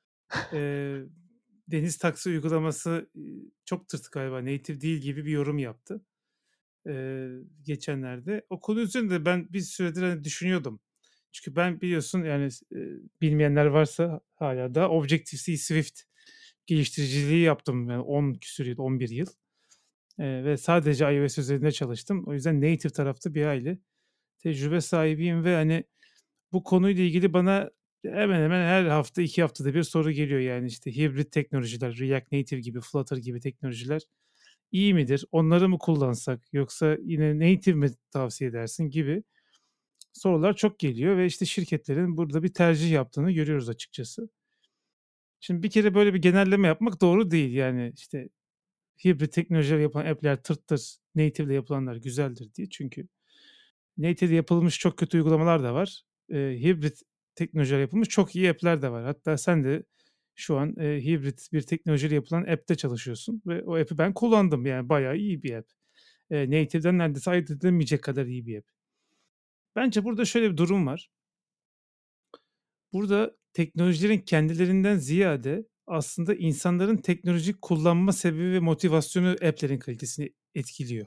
Eee, Deniz taksi uygulaması, iii, çok tırt galiba, native değil gibi bir yorum yaptı, eee, geçenlerde. O konu üzerinde ben bir süredir, hani, düşünüyordum. Çünkü ben biliyorsun, yani, s eee, bilmeyenler varsa hâlâ da Objective-C Swift geliştiriciliği yaptım. Yani on küsur yıl, on bir yıl, eee, ve sadece iOS üzerinde çalıştım. O yüzden native tarafta bir hayli tecrübe sahibiyim ve, hani, bu konuyla ilgili bana hemen hemen her hafta, iki haftada bir soru geliyor. Yani, işte, hibrit teknolojiler, React Native gibi, Flutter gibi teknolojiler iyi midir? Onları mı kullansak yoksa yine native mi tavsiye edersin gibi sorular çok geliyor ve, işte, şirketlerin burada bir tercih yaptığını görüyoruz açıkçası. Şimdi bir kere böyle bir genelleme yapmak doğru değil. Yani, işte, hibrit teknolojiler yapan app'ler tırttır, native'le yapılanlar güzeldir diye. Çünkü native'de yapılmış çok kötü uygulamalar da var. Eee, hibrit teknolojiler yapılmış çok iyi app'ler de var. Hatta sen de şu an e, hibrit bir teknolojiyle yapılan app'te çalışıyorsun ve o app'i ben kullandım. Yani bayağı iyi bir app. E, native'den neredeyse ayırt edilemeyecek kadar iyi bir app. Bence burada şöyle bir durum var. Burada teknolojilerin kendilerinden ziyade aslında insanların teknolojik kullanma sebebi ve motivasyonu app'lerin kalitesini etkiliyor.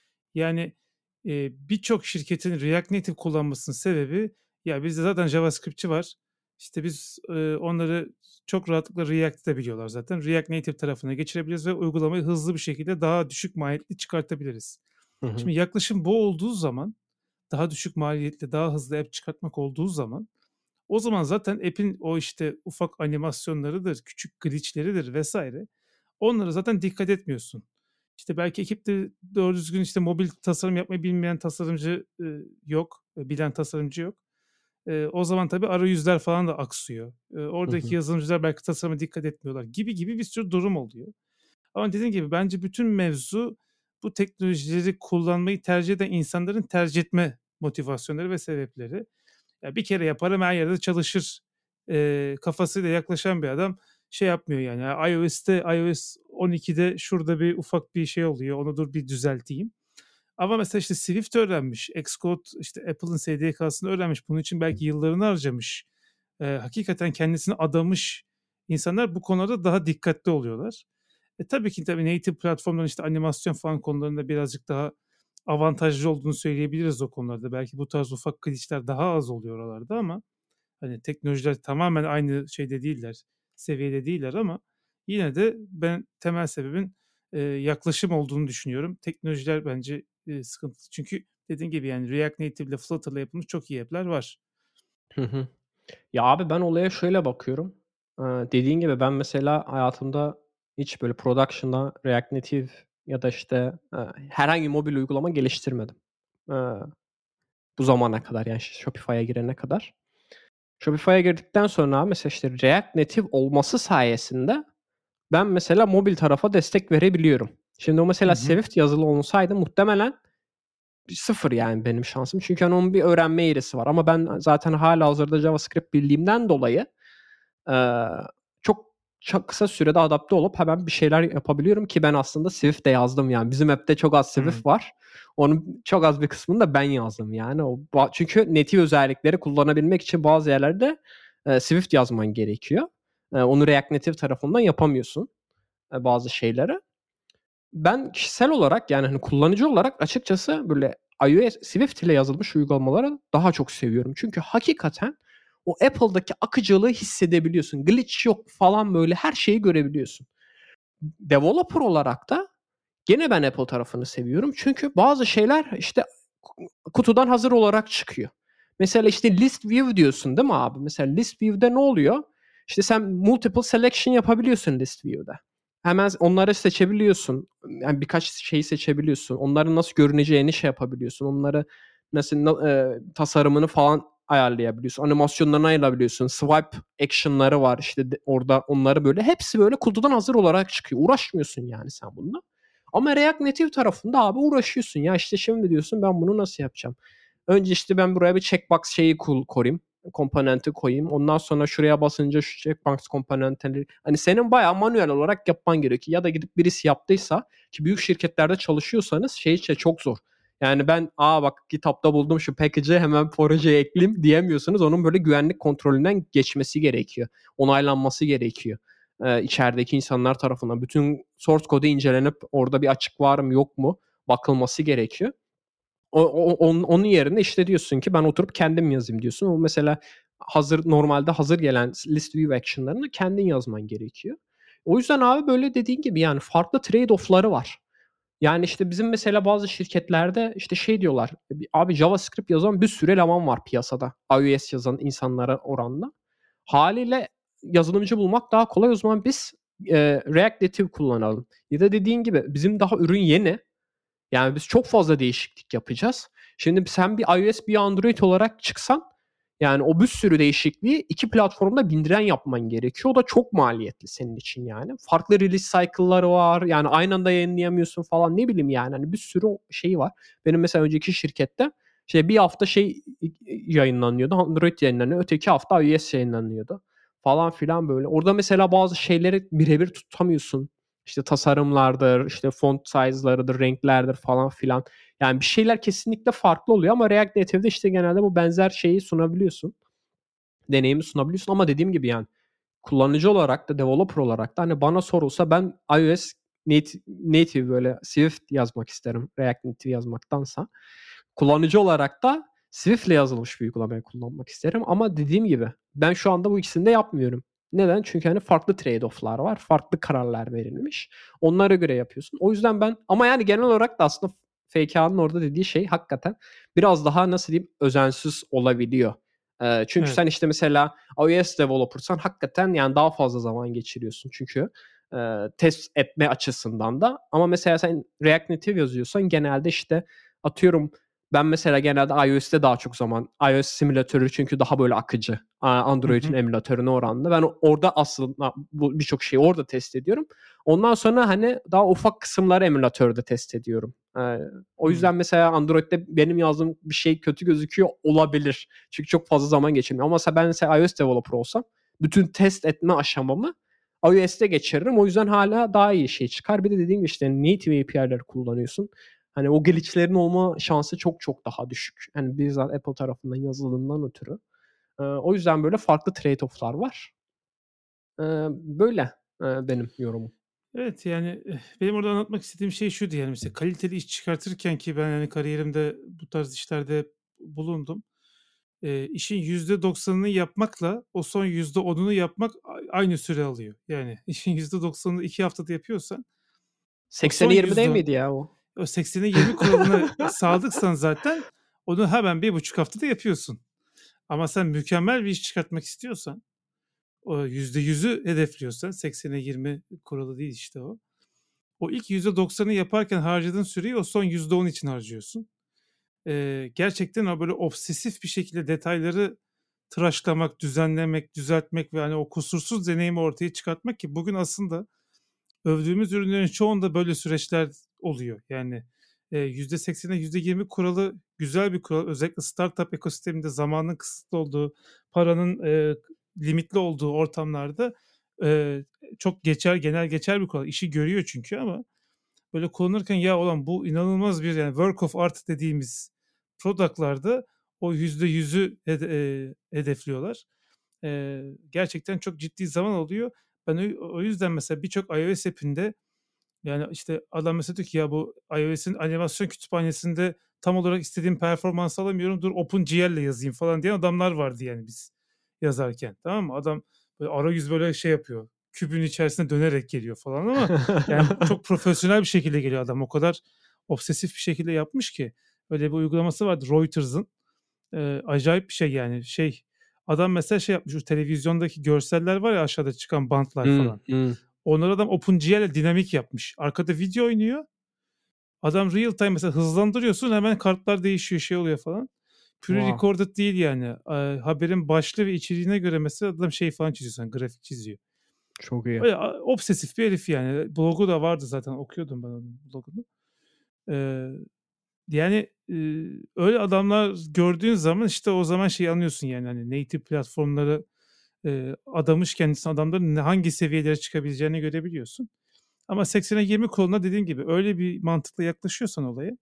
Yani e, birçok şirketin React Native kullanmasının sebebi ya bizde zaten JavaScript'çi var. İşte biz e, onları çok rahatlıkla React'te biliyorlar zaten. React Native tarafına geçirebiliriz ve uygulamayı hızlı bir şekilde daha düşük maliyetli çıkartabiliriz. Hı hı. Şimdi yaklaşım bu olduğu zaman, daha düşük maliyetli, daha hızlı app çıkartmak olduğu zaman, o zaman zaten app'in o işte ufak animasyonlarıdır, küçük glitch'leridir vesaire. Onlara zaten dikkat etmiyorsun. İşte belki ekipte doğru düzgün işte mobil tasarım yapmayı bilmeyen tasarımcı e, yok, e, bilen tasarımcı yok. E, o zaman tabii arayüzler falan da aksıyor. E, Hı oradaki hı. yazılımcılar belki tasarıma dikkat etmiyorlar gibi gibi bir sürü durum oluyor. Ama dediğim gibi bence bütün mevzu bu teknolojileri kullanmayı tercih eden insanların tercih etme motivasyonları ve sebepleri. Ya bir kere yaparım her yerde çalışır e, kafasıyla yaklaşan bir adam şey yapmıyor yani. Ya iOS'te iOS on ikide şurada bir ufak bir şey oluyor. Onu dur bir düzelteyim. Ama mesela işte Swift öğrenmiş, Xcode işte Apple'ın S D K'sını öğrenmiş. Bunun için belki yıllarını harcamış. E, hakikaten kendisini adamış insanlar bu konuda daha dikkatli oluyorlar. E, tabii ki tabii native platformların işte animasyon falan konularında birazcık daha avantajlı olduğunu söyleyebiliriz o konularda. Belki bu tarz ufak glitch'ler daha az oluyor oralarda ama hani teknolojiler tamamen aynı şeyde değiller, seviyede değiller ama yine de ben temel sebebin e, yaklaşım olduğunu düşünüyorum. Teknolojiler bence e, sıkıntılı. Çünkü dediğim gibi yani React Native ile Flutter'la yapılmış çok iyi app'ler var. Hı hı. Ya, abi ben olaya şöyle bakıyorum. Eee, dediğin gibi ben mesela hayatımda hiç böyle production'da React Native ya da, işte, eee, herhangi mobil uygulama geliştirmedim. Eee, bu zamana kadar, yani, ş Shopify'a girene kadar. Shopify'a girdikten sonra abi mesela, işte, React Native olması sayesinde ben mesela mobil tarafa destek verebiliyorum. Şimdi o Hı mesela hı. Swift yazılı olsaydı muhtemelen sıfır yani benim şansım. Çünkü, hani, onun bir öğrenme eğrisi var ama ben zaten hâlihazırda JavaScript bildiğimden dolayı, eee, çok çok kısa sürede adapte olup hemen bir şeyler yapabiliyorum ki ben aslında Swift de yazdım yani. Bizim app'te çok az Hıı. Swift var. Onun çok az bir kısmını da ben yazdım yani. O ba çünkü native özellikleri kullanabilmek için bazı yerlerde, eee, Swift yazman gerekiyor. Eee, onu React Native tarafından yapamıyorsun, eee, bazı şeyleri. Ben kişisel olarak, yani, hani, kullanıcı olarak açıkçası böyle iOS Swift ile yazılmış uygulamaları daha çok seviyorum. Çünkü hakikaten o Apple'daki akıcılığı hissedebiliyorsun. Glitch yok falan böyle her şeyi görebiliyorsun. Developer olarak da gene ben Apple tarafını seviyorum. Çünkü bazı şeyler, işte, kutudan hazır olarak çıkıyor. Mesela, işte, list view diyorsun değil mi abi? Mesela list view'de ne oluyor? İşte, sen multiple selection yapabiliyorsun list view'de. Hemen onları seçebiliyorsun. Yani birkaç şeyi seçebiliyorsun. Onların nasıl görüneceğini şey yapabiliyorsun. Onları nasıl na eee, tasarımını falan ayarlayabiliyorsun. Animasyonlarını ayarlayabiliyorsun. Swipe action'ları var, işte, de orada onları böyle hepsi böyle kutudan hazır olarak çıkıyor. Uğraşmıyorsun yani sen bununla. Ama React Native tarafında abi uğraşıyorsun. Ya, işte, şimdi diyorsun ben bunu nasıl yapacağım? Önce, işte, ben buraya bir checkbox şeyi kul korayım, komponenti koyayım. Ondan sonra şuraya basınca şu checkbox komponentleri hani, senin bayağı manuel olarak yapman gerekiyor. Ya da gidip birisi yaptıysa ki büyük şirketlerde çalışıyorsanız şey işte çok zor. Yani ben, "A, bak GitHub'da buldum şu package'i hemen projeye ekleyeyim." diyemiyorsunuz. Onun böyle güvenlik kontrolünden geçmesi gerekiyor. Onaylanması gerekiyor, eee, içerideki insanlar tarafından. Bütün source kodu incelenip orada bir açık var mı yok mu bakılması gerekiyor. O o onun onun yerine, işte, diyorsun ki ben oturup kendim yazayım diyorsun. O mesela hazır normalde hazır gelen list view action'larını kendin yazman gerekiyor. O yüzden abi, böyle, dediğin gibi, yani, farklı trade off'ları var. Yani, işte, bizim mesela bazı şirketlerde, işte, şey diyorlar, "Abi JavaScript yazan bir sürü eleman var piyasada, iOS yazan insanlara oranla. Hâliyle yazılımcı bulmak daha kolay. O zaman biz, eee, React Native kullanalım." Ya da dediğin gibi bizim daha ürün yeni. Yani biz çok fazla değişiklik yapacağız. Şimdi sen bir iOS bir Android olarak çıksan, yani o bir sürü değişikliği iki platformda bindiren yapman gerekiyor. O da çok maliyetli senin için yani. Farklı release cycle'ları var. Yani aynı anda yayınlayamıyorsun falan. Ne bileyim yani hani bir sürü şeyi var. Benim mesela önceki şirkette şey bir hafta şey yayınlanıyordu. Android yayınlanıyor. Öteki hafta iOS yayınlanıyordu. falan filan böyle. Orada mesela bazı şeyleri birebir tutamıyorsun. İşte tasarımlardır, işte font size'larıdır, renklerdir falan filan. Yani bir şeyler kesinlikle farklı oluyor ama React Native'de işte genelde bu benzer şeyi sunabiliyorsun. Deneyimi sunabiliyorsun ama dediğim gibi yani kullanıcı olarak da developer olarak da hani bana sorulsa ben iOS native, native böyle Swift yazmak isterim React Native yazmaktansa. Kullanıcı olarak da Swift'le yazılmış bir uygulamayı kullanmak isterim ama dediğim gibi ben şu anda bu ikisini de yapmıyorum. Neden? Çünkü hani farklı trade-off'lar var. Farklı kararlar verilmiş. Onlara göre yapıyorsun. O yüzden ben ama yani genel olarak da aslında F K A'nın orada dediği şey hakikaten biraz daha nasıl diyeyim özensiz olabiliyor. Ee, çünkü Evet. sen işte mesela iOS developer'san hakikaten yani daha fazla zaman geçiriyorsun çünkü e, test etme açısından da. Ama mesela sen React Native yazıyorsan genelde işte atıyorum ben mesela genelde iOS'te daha çok zaman iOS simülatörü çünkü daha böyle akıcı. Hı Android'in hı. emülatörüne oranla. Ben orada aslında bu birçok şeyi orada test ediyorum. Ondan sonra hani daha ufak kısımları emülatörde test ediyorum. Ee, o Hımm. yüzden mesela Android'de benim yazdığım bir şey kötü gözüküyor olabilir. Çünkü çok fazla zaman geçirmiyor. Ama mesela ben mesela iOS developer olsam bütün test etme aşamamı iOS'te geçiririm. O yüzden hala daha iyi şey çıkar. Bir de dediğim gibi işte native A P I'leri kullanıyorsun. Hani o glitch'lerin olma şansı çok çok daha düşük. Yani bizzat Apple tarafından yazıldığından ötürü. Ee, o yüzden böyle farklı trade-off'lar var. Ee, böyle e, benim yorumum. Evet, yani, eh, benim orada anlatmak istediğim şey şuydu, yani, mesela kaliteli iş çıkartırken ki ben, hani, kariyerimde bu tarz işlerde bulundum. Eee, işin yüzde doksanını yapmakla o son yüzde onunu yapmak a aynı süre alıyor. Yani işin yüzde doksanını iki haftada yapıyorsan o son seksene yirmi değil yüzde on miydi ya o? o seksene yirmi kuralına sadıksan zaten onu hemen bir buçuk haftada yapıyorsun. Ama sen mükemmel bir iş çıkartmak istiyorsan, o yüzde yüzü hedefliyorsan seksene yirmi kuralı değil işte o. O ilk yüzde doksanı yaparken harcadığın süreyi o son yüzde on için harcıyorsun. Eee, gerçekten o böyle obsesif bir şekilde detayları tıraşlamak, düzenlemek, düzeltmek ve hani o kusursuz deneyimi ortaya çıkartmak ki bugün aslında övdüğümüz ürünlerin çoğunda böyle süreçler oluyor. Yani eee, yüzde seksene yüzde yirmi kuralı güzel bir kural. Özellikle startup ekosisteminde zamanın kısıtlı olduğu, paranın eee, limitli olduğu ortamlarda eee, çok geçer, genel geçer bir kural. İşi görüyor çünkü ama böyle kullanırken ya olan bu inanılmaz bir yani work of art dediğimiz product'larda o yüzde yüzü hede eee, hedefliyorlar. Eee, gerçekten çok ciddi zaman alıyor. Ben o o yüzden mesela birçok iOS app'inde yani, işte, adam mesela diyor ki ya bu iOS'in animasyon kütüphanesinde tam olarak istediğim performansı alamıyorum. Dur OpenGL'le yazayım falan diyen adamlar vardı yani biz yazarken, tamam mı? Adam böyle arayüz böyle şey yapıyor, kübün içerisine dönerek geliyor falan ama yani çok profesyonel bir şekilde geliyor adam. O kadar obsesif bir şekilde yapmış ki. Öyle bir uygulaması vardı Reuters'ın. Eee, acayip bir şey yani. Şey, adam mesela şey yapmış, o televizyondaki görseller var ya aşağıda çıkan bantlar Hıı, falan. hı. Onları adam OpenGL'le dinamik yapmış. Arkada video oynuyor. Adam real time mesela hızlandırıyorsun hemen kartlar değişiyor, şey oluyor falan. Wow, Pre-recorded değil yani. Eee, haberin başlığı ve içeriğine göre mesela adam şey falan çiziyor sana, grafik çiziyor. çok iyi. Öyle a obsesif bir herif yani. Blogu da vardı zaten okuyordum ben onun blogunu. Eee, yani, eee, öyle adamlar gördüğün zaman işte o zaman şeyi anlıyorsun yani hani native platformları, eee, adamış kendisine adamların ne hangi seviyelere çıkabileceğini görebiliyorsun. Ama seksene yirmi kuralına dediğim gibi öyle bir mantıkla yaklaşıyorsan olaya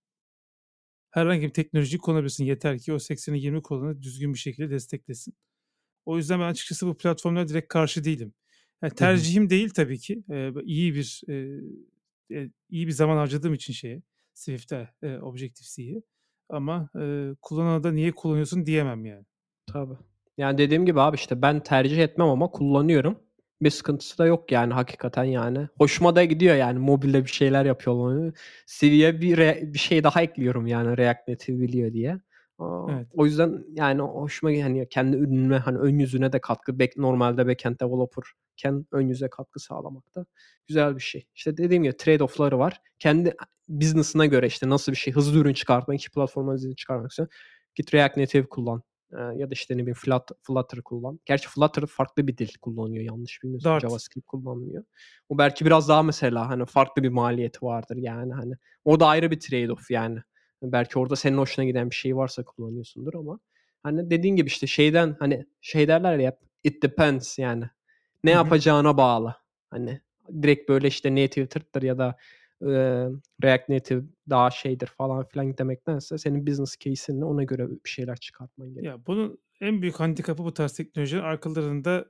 herhangi bir teknolojiyi kullanabilirsin. Yeter ki o seksene yirmi kuralını düzgün bir şekilde desteklesin. O yüzden ben açıkçası bu platformlara direkt karşı değilim. Yani Hı hı. tercihim değil tabii ki. Eee, iyi bir, eee, eee, iyi bir zaman harcadığım için şeye, Swift'e, eee, Objective-C'ye ama, eee, kullanana da niye kullanıyorsun diyemem yani. Tabii. Yani, dediğim gibi abi, işte, ben tercih etmem ama kullanıyorum. Bir sıkıntısı da yok yani hakikaten yani. Hoşuma da gidiyor yani mobilde bir şeyler yapıyor olmayı. C V'ye bir re bir şey daha ekliyorum yani React Native biliyor diye. Aaa, Evet. o yüzden yani hoşuma gidiyor. Hani, kendi ürünüme, hani, ön yüzüne de katkı bek normalde backend developer'ken ön yüze katkı sağlamak da güzel bir şey. İşte, dediğim gibi trade-off'ları var. Kendi business'ına göre, işte, nasıl bir şey, hızlı ürün çıkartmak, iki platformdan hızlı çıkarmak istiyorsan git React Native kullan. Eee, ya da, işte, ne bileyim Flut Flutter kullan. Gerçi Flutter farklı bir dil kullanıyor yanlış bilmiyorsam. Dart. JavaScript kullanmıyor. O belki biraz daha mesela, hani, farklı bir maliyeti vardır yani, hani. O da ayrı bir trade off yani. Belki orada senin hoşuna giden bir şey varsa kullanıyorsundur ama, hani, dediğin gibi, işte, şeyden, hani, şey derler ya hep, it depends yani. Ne Hı hı. yapacağına bağlı. Hani direkt böyle işte native Türk'tür ya da eee, React Native daha şeydir falan filan demektense senin business case'inle ona göre bir şeyler çıkartman gerekiyor. Ya bunun en büyük handikapı bu tarz teknolojilerin arkalarında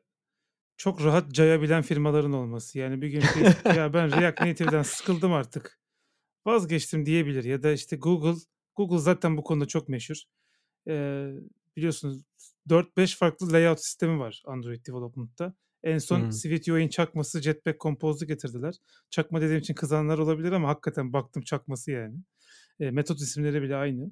çok rahat cayabilen firmaların olması. Yani bir gün Facebook ya ben React Native'den sıkıldım artık. Vazgeçtim diyebilir ya da işte Google Google zaten bu konuda çok meşhur. Eee, biliyorsunuz dört beş farklı layout sistemi var Android Development'ta. En son Hımm. SwiftUI'nin çakması Jetpack Compose'u getirdiler. Çakma dediğim için kızanlar olabilir ama hakikaten baktım çakması yani. Eee, metot isimleri bile aynı.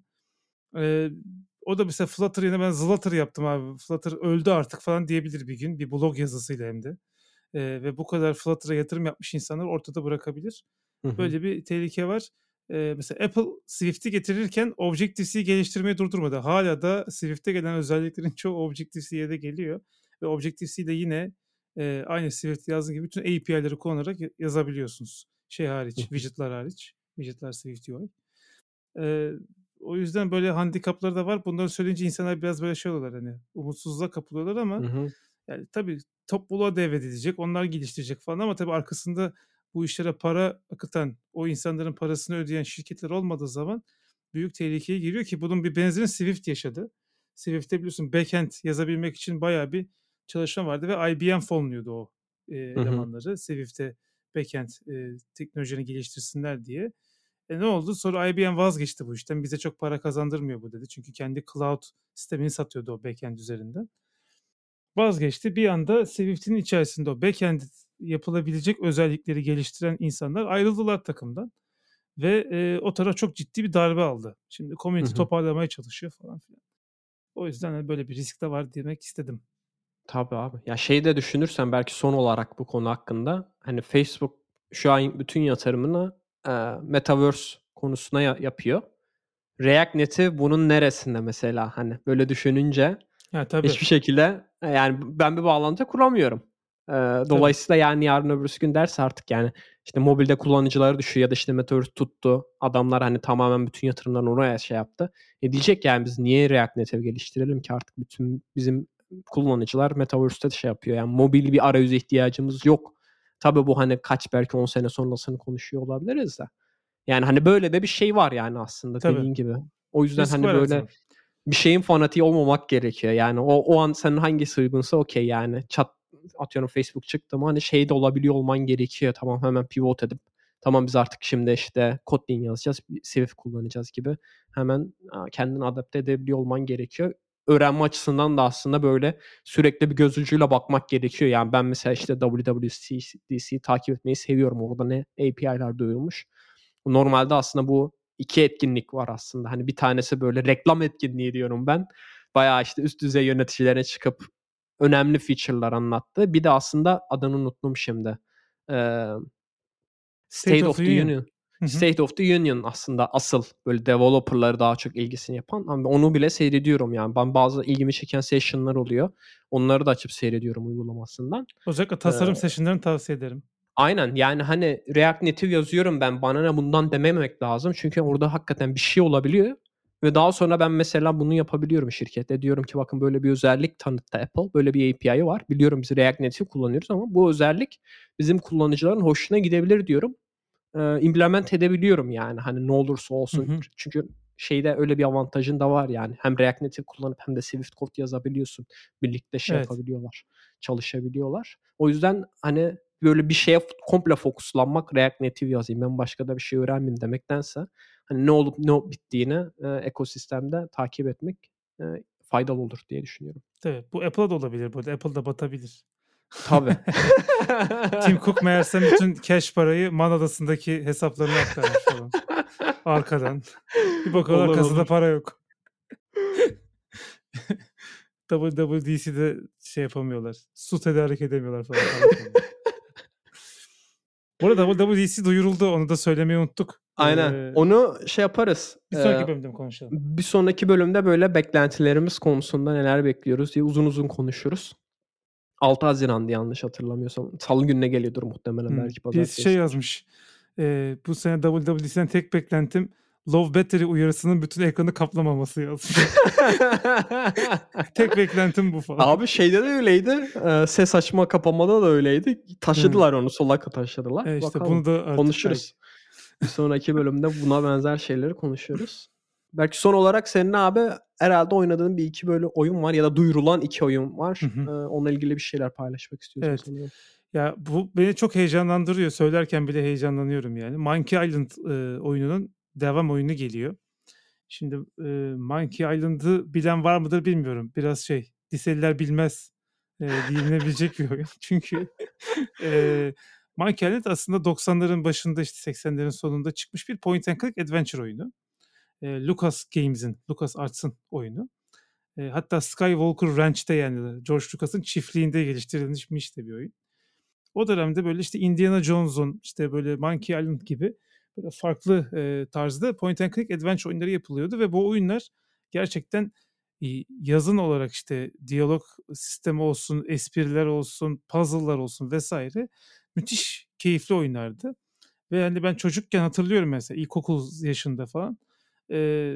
Eee, o da mesela Flutter yerine ben Zlutter yaptım abi. Flutter öldü artık falan diyebilir bir gün. Bir blog yazısıyla hem de. Eee, ve bu kadar Flutter'a yatırım yapmış insanlar ortada bırakabilir. Hı hı. Böyle bir tehlike var. Eee, mesela Apple Swift'i getirirken Objective-C'yi geliştirmeyi durdurmadı. Hala da Swift'te gelen özelliklerin çoğu Objective-C'ye de geliyor. Ve Objective-C ile yine eee, aynı Swift yazdığı gibi bütün A P I'leri kullanarak ya- yazabiliyorsunuz. Şey Hı hariç, hı. widget'lar hariç. Widget'lar SwiftUI. Eee, o yüzden böyle handikapları da var. Bunları söyleyince insanlar biraz böyle şey oluyorlar hani umutsuzluğa kapılıyorlar Hı ama hı. yani tabii topluluğa devredilecek, onlar geliştirecek falan ama tabii arkasında bu işlere para akıtan, o insanların parasını ödeyen şirketler olmadığı zaman büyük tehlikeye giriyor ki bunun bir benzerini Swift yaşadı. Swift'te biliyorsun backend yazabilmek için bayağı bir çalışma vardı ve I B M fonluyordu o e, Hı hı. elemanları Swift'te backend e, teknolojilerini geliştirsinler diye. E ne oldu? Sonra I B M vazgeçti bu işten. Bize çok para kazandırmıyor bu dedi. Çünkü kendi cloud sistemini satıyordu o backend üzerinden. Vazgeçti. Bir anda Swift'in içerisinde o backend yapılabilecek özellikleri geliştiren insanlar ayrıldılar takımdan. Ve e, o taraf çok ciddi bir darbe aldı. Şimdi Hı community hı. toparlamaya çalışıyor falan filan. O yüzden hani böyle bir risk de var demek istedim. Tabii abi. Ya şeyi de düşünürsen belki son olarak bu konu hakkında hani Facebook şu an bütün yatırımını eee, Metaverse konusuna ya- yapıyor. React Native bunun neresinde mesela hani böyle düşününce Ha tabii, hiçbir şekilde e, yani ben bir bağlantı kuramıyorum. Eee, tabii. dolayısıyla yani yarın öbürsü gün derse artık yani işte mobilde kullanıcıları düşüyor ya da işte Metaverse tuttu. Adamlar hani tamamen bütün yatırımlarını oraya şey yaptı. E diyecek yani biz niye React Native geliştirelim ki artık bütün bizim kullanıcılar Metaverse'te şey yapıyor. Yani mobil bir arayüze ihtiyacımız yok. Tabii bu hani kaç belki on sene sonrasını konuşuyor olabiliriz de. Yani hani böyle de bir şey var yani aslında Tabii. dediğin gibi. O yüzden Risk hani var her böyle zaman. bir şeyin fanatiği olmamak gerekiyor. Yani o o an senin hangisi uygunsa okey yani. Çat atıyorum Facebook çıktı mı hani şey de olabiliyor olman gerekiyor. Tamam hemen pivot edip tamam biz artık şimdi işte Kotlin yazacağız, Swift kullanacağız gibi hemen a, kendini adapte edebiliyor olman gerekiyor. Öğrenme açısından da aslında böyle sürekli bir göz ucuyla bakmak gerekiyor. Yani ben mesela işte W W D C'yi takip etmeyi seviyorum. Orada ne A P I'ler duyurmuş. Normalde aslında bu iki etkinlik var aslında. Hani bir tanesi böyle reklam etkinliği diyorum ben. Bayağı işte üst düzey yöneticilerine çıkıp önemli feature'lar anlattı. Bir de aslında adını unuttum şimdi. Eee, State State of of the the Union. Union. Hı hı. State of the Union aslında asıl böyle developer'ları daha çok ilgisini yapan. Ama onu bile seyrediyorum yani. Ben bazı ilgimi çeken session'lar oluyor. Onları da açıp seyrediyorum uygulamasından. Özellikle Eee tasarım session'larını tavsiye ederim. Aynen, yani, hani, React Native yazıyorum ben, bana ne bundan dememek lazım. Çünkü orada hakikaten bir şey olabiliyor ve daha sonra ben mesela bunu yapabiliyorum şirkette. Diyorum ki bakın böyle bir özellik tanıttı Apple, böyle bir A P I'yi var. Biliyorum biz React Native kullanıyoruz ama bu özellik bizim kullanıcıların hoşuna gidebilir diyorum. Eee, implement edebiliyorum yani, hani, ne olursa Hı olsun. hı. Çünkü şeyde öyle bir avantajın da var yani. Hem React Native kullanıp hem de Swift kod yazabiliyorsun. Birlikte şey Evet. yapabiliyorlar, çalışabiliyorlar. O yüzden, hani, böyle bir şeye f komple fokuslanmak, React Native yazayım, ben başka da bir şey öğrenmeyeyim demektense, hani, ne olup ne bittiğini, eee, ekosistemde takip etmek, eee, faydalı olur diye düşünüyorum. Tabii. Bu Apple'a da olabilir bu arada. Apple da batabilir. Tabii. Tim Cook meğersem bütün cash parayı Man Adası'ndaki hesaplarına aktarmış falan. Arkadan. Bir bakıyorlar Olur, kasada olur. para yok. W W D C'de şey yapamıyorlar. Su tedarik edemiyorlar falan. Para kalıyor. Bu arada W W D C duyuruldu. Onu da söylemeyi unuttuk. Aynen. Ee, Onu şey yaparız. bir sonraki Eee, bölümde mi konuşalım? bir sonraki bölümde böyle beklentilerimiz konusunda neler bekliyoruz diye uzun uzun konuşuruz. altı Haziran'dı yanlış hatırlamıyorsam. Salı gününe geliyordur muhtemelen. Hımm. Belki Birisi şey pazartesidir. yazmış. Eee, bu sene W W D C'den tek beklentim low battery uyarısının bütün ekranı kaplamaması yazmış. Tek beklentim bu falan. Abi şeyde de öyleydi. Eee, ses açma kapamada da öyleydi. Hıı. Taşıdılar onu, sola taşıdılar. E, işte Bakalım. bunu da artık belki. Konuşuruz. Bir sonraki bölümde buna benzer şeyleri konuşuruz. Belki son olarak senin abi herhâlde oynadığın bir iki böyle oyun var ya da duyurulan iki oyun Hı var. hı. Eee, onunla ilgili bir şeyler paylaşmak istiyorsun Evet. sanıyorum. Ya, bu beni çok heyecanlandırıyor. Söylerken bile heyecanlanıyorum yani. Monkey Island, eee, oyununun devam oyunu geliyor. Şimdi, eee, Monkey Island'ı bilen var mıdır bilmiyorum. Biraz şey, liseliler bilmez, eee, denilebilecek bir oyun. Çünkü, eee, Monkey Island aslında doksanların başında, işte, seksenlerin sonunda çıkmış bir point and click adventure oyunu. Eee, Lucas Games'in, LucasArts'ın oyunu. Eee, hatta Skywalker Ranch'te yani George Lucas'ın çiftliğinde geliştirilmiş de bir oyun. O dönemde böyle işte Indiana Jones'un, işte böyle Monkey Island gibi böyle farklı, eee, tarzda point and click adventure oyunları yapılıyordu ve bu oyunlar gerçekten, iii, yazın olarak işte diyalog sistemi olsun, espriler olsun, puzzle'lar olsun vesaire müthiş keyifli oyunlardı ve hani ben çocukken hatırlıyorum mesela ilkokul yaşında falan, eee,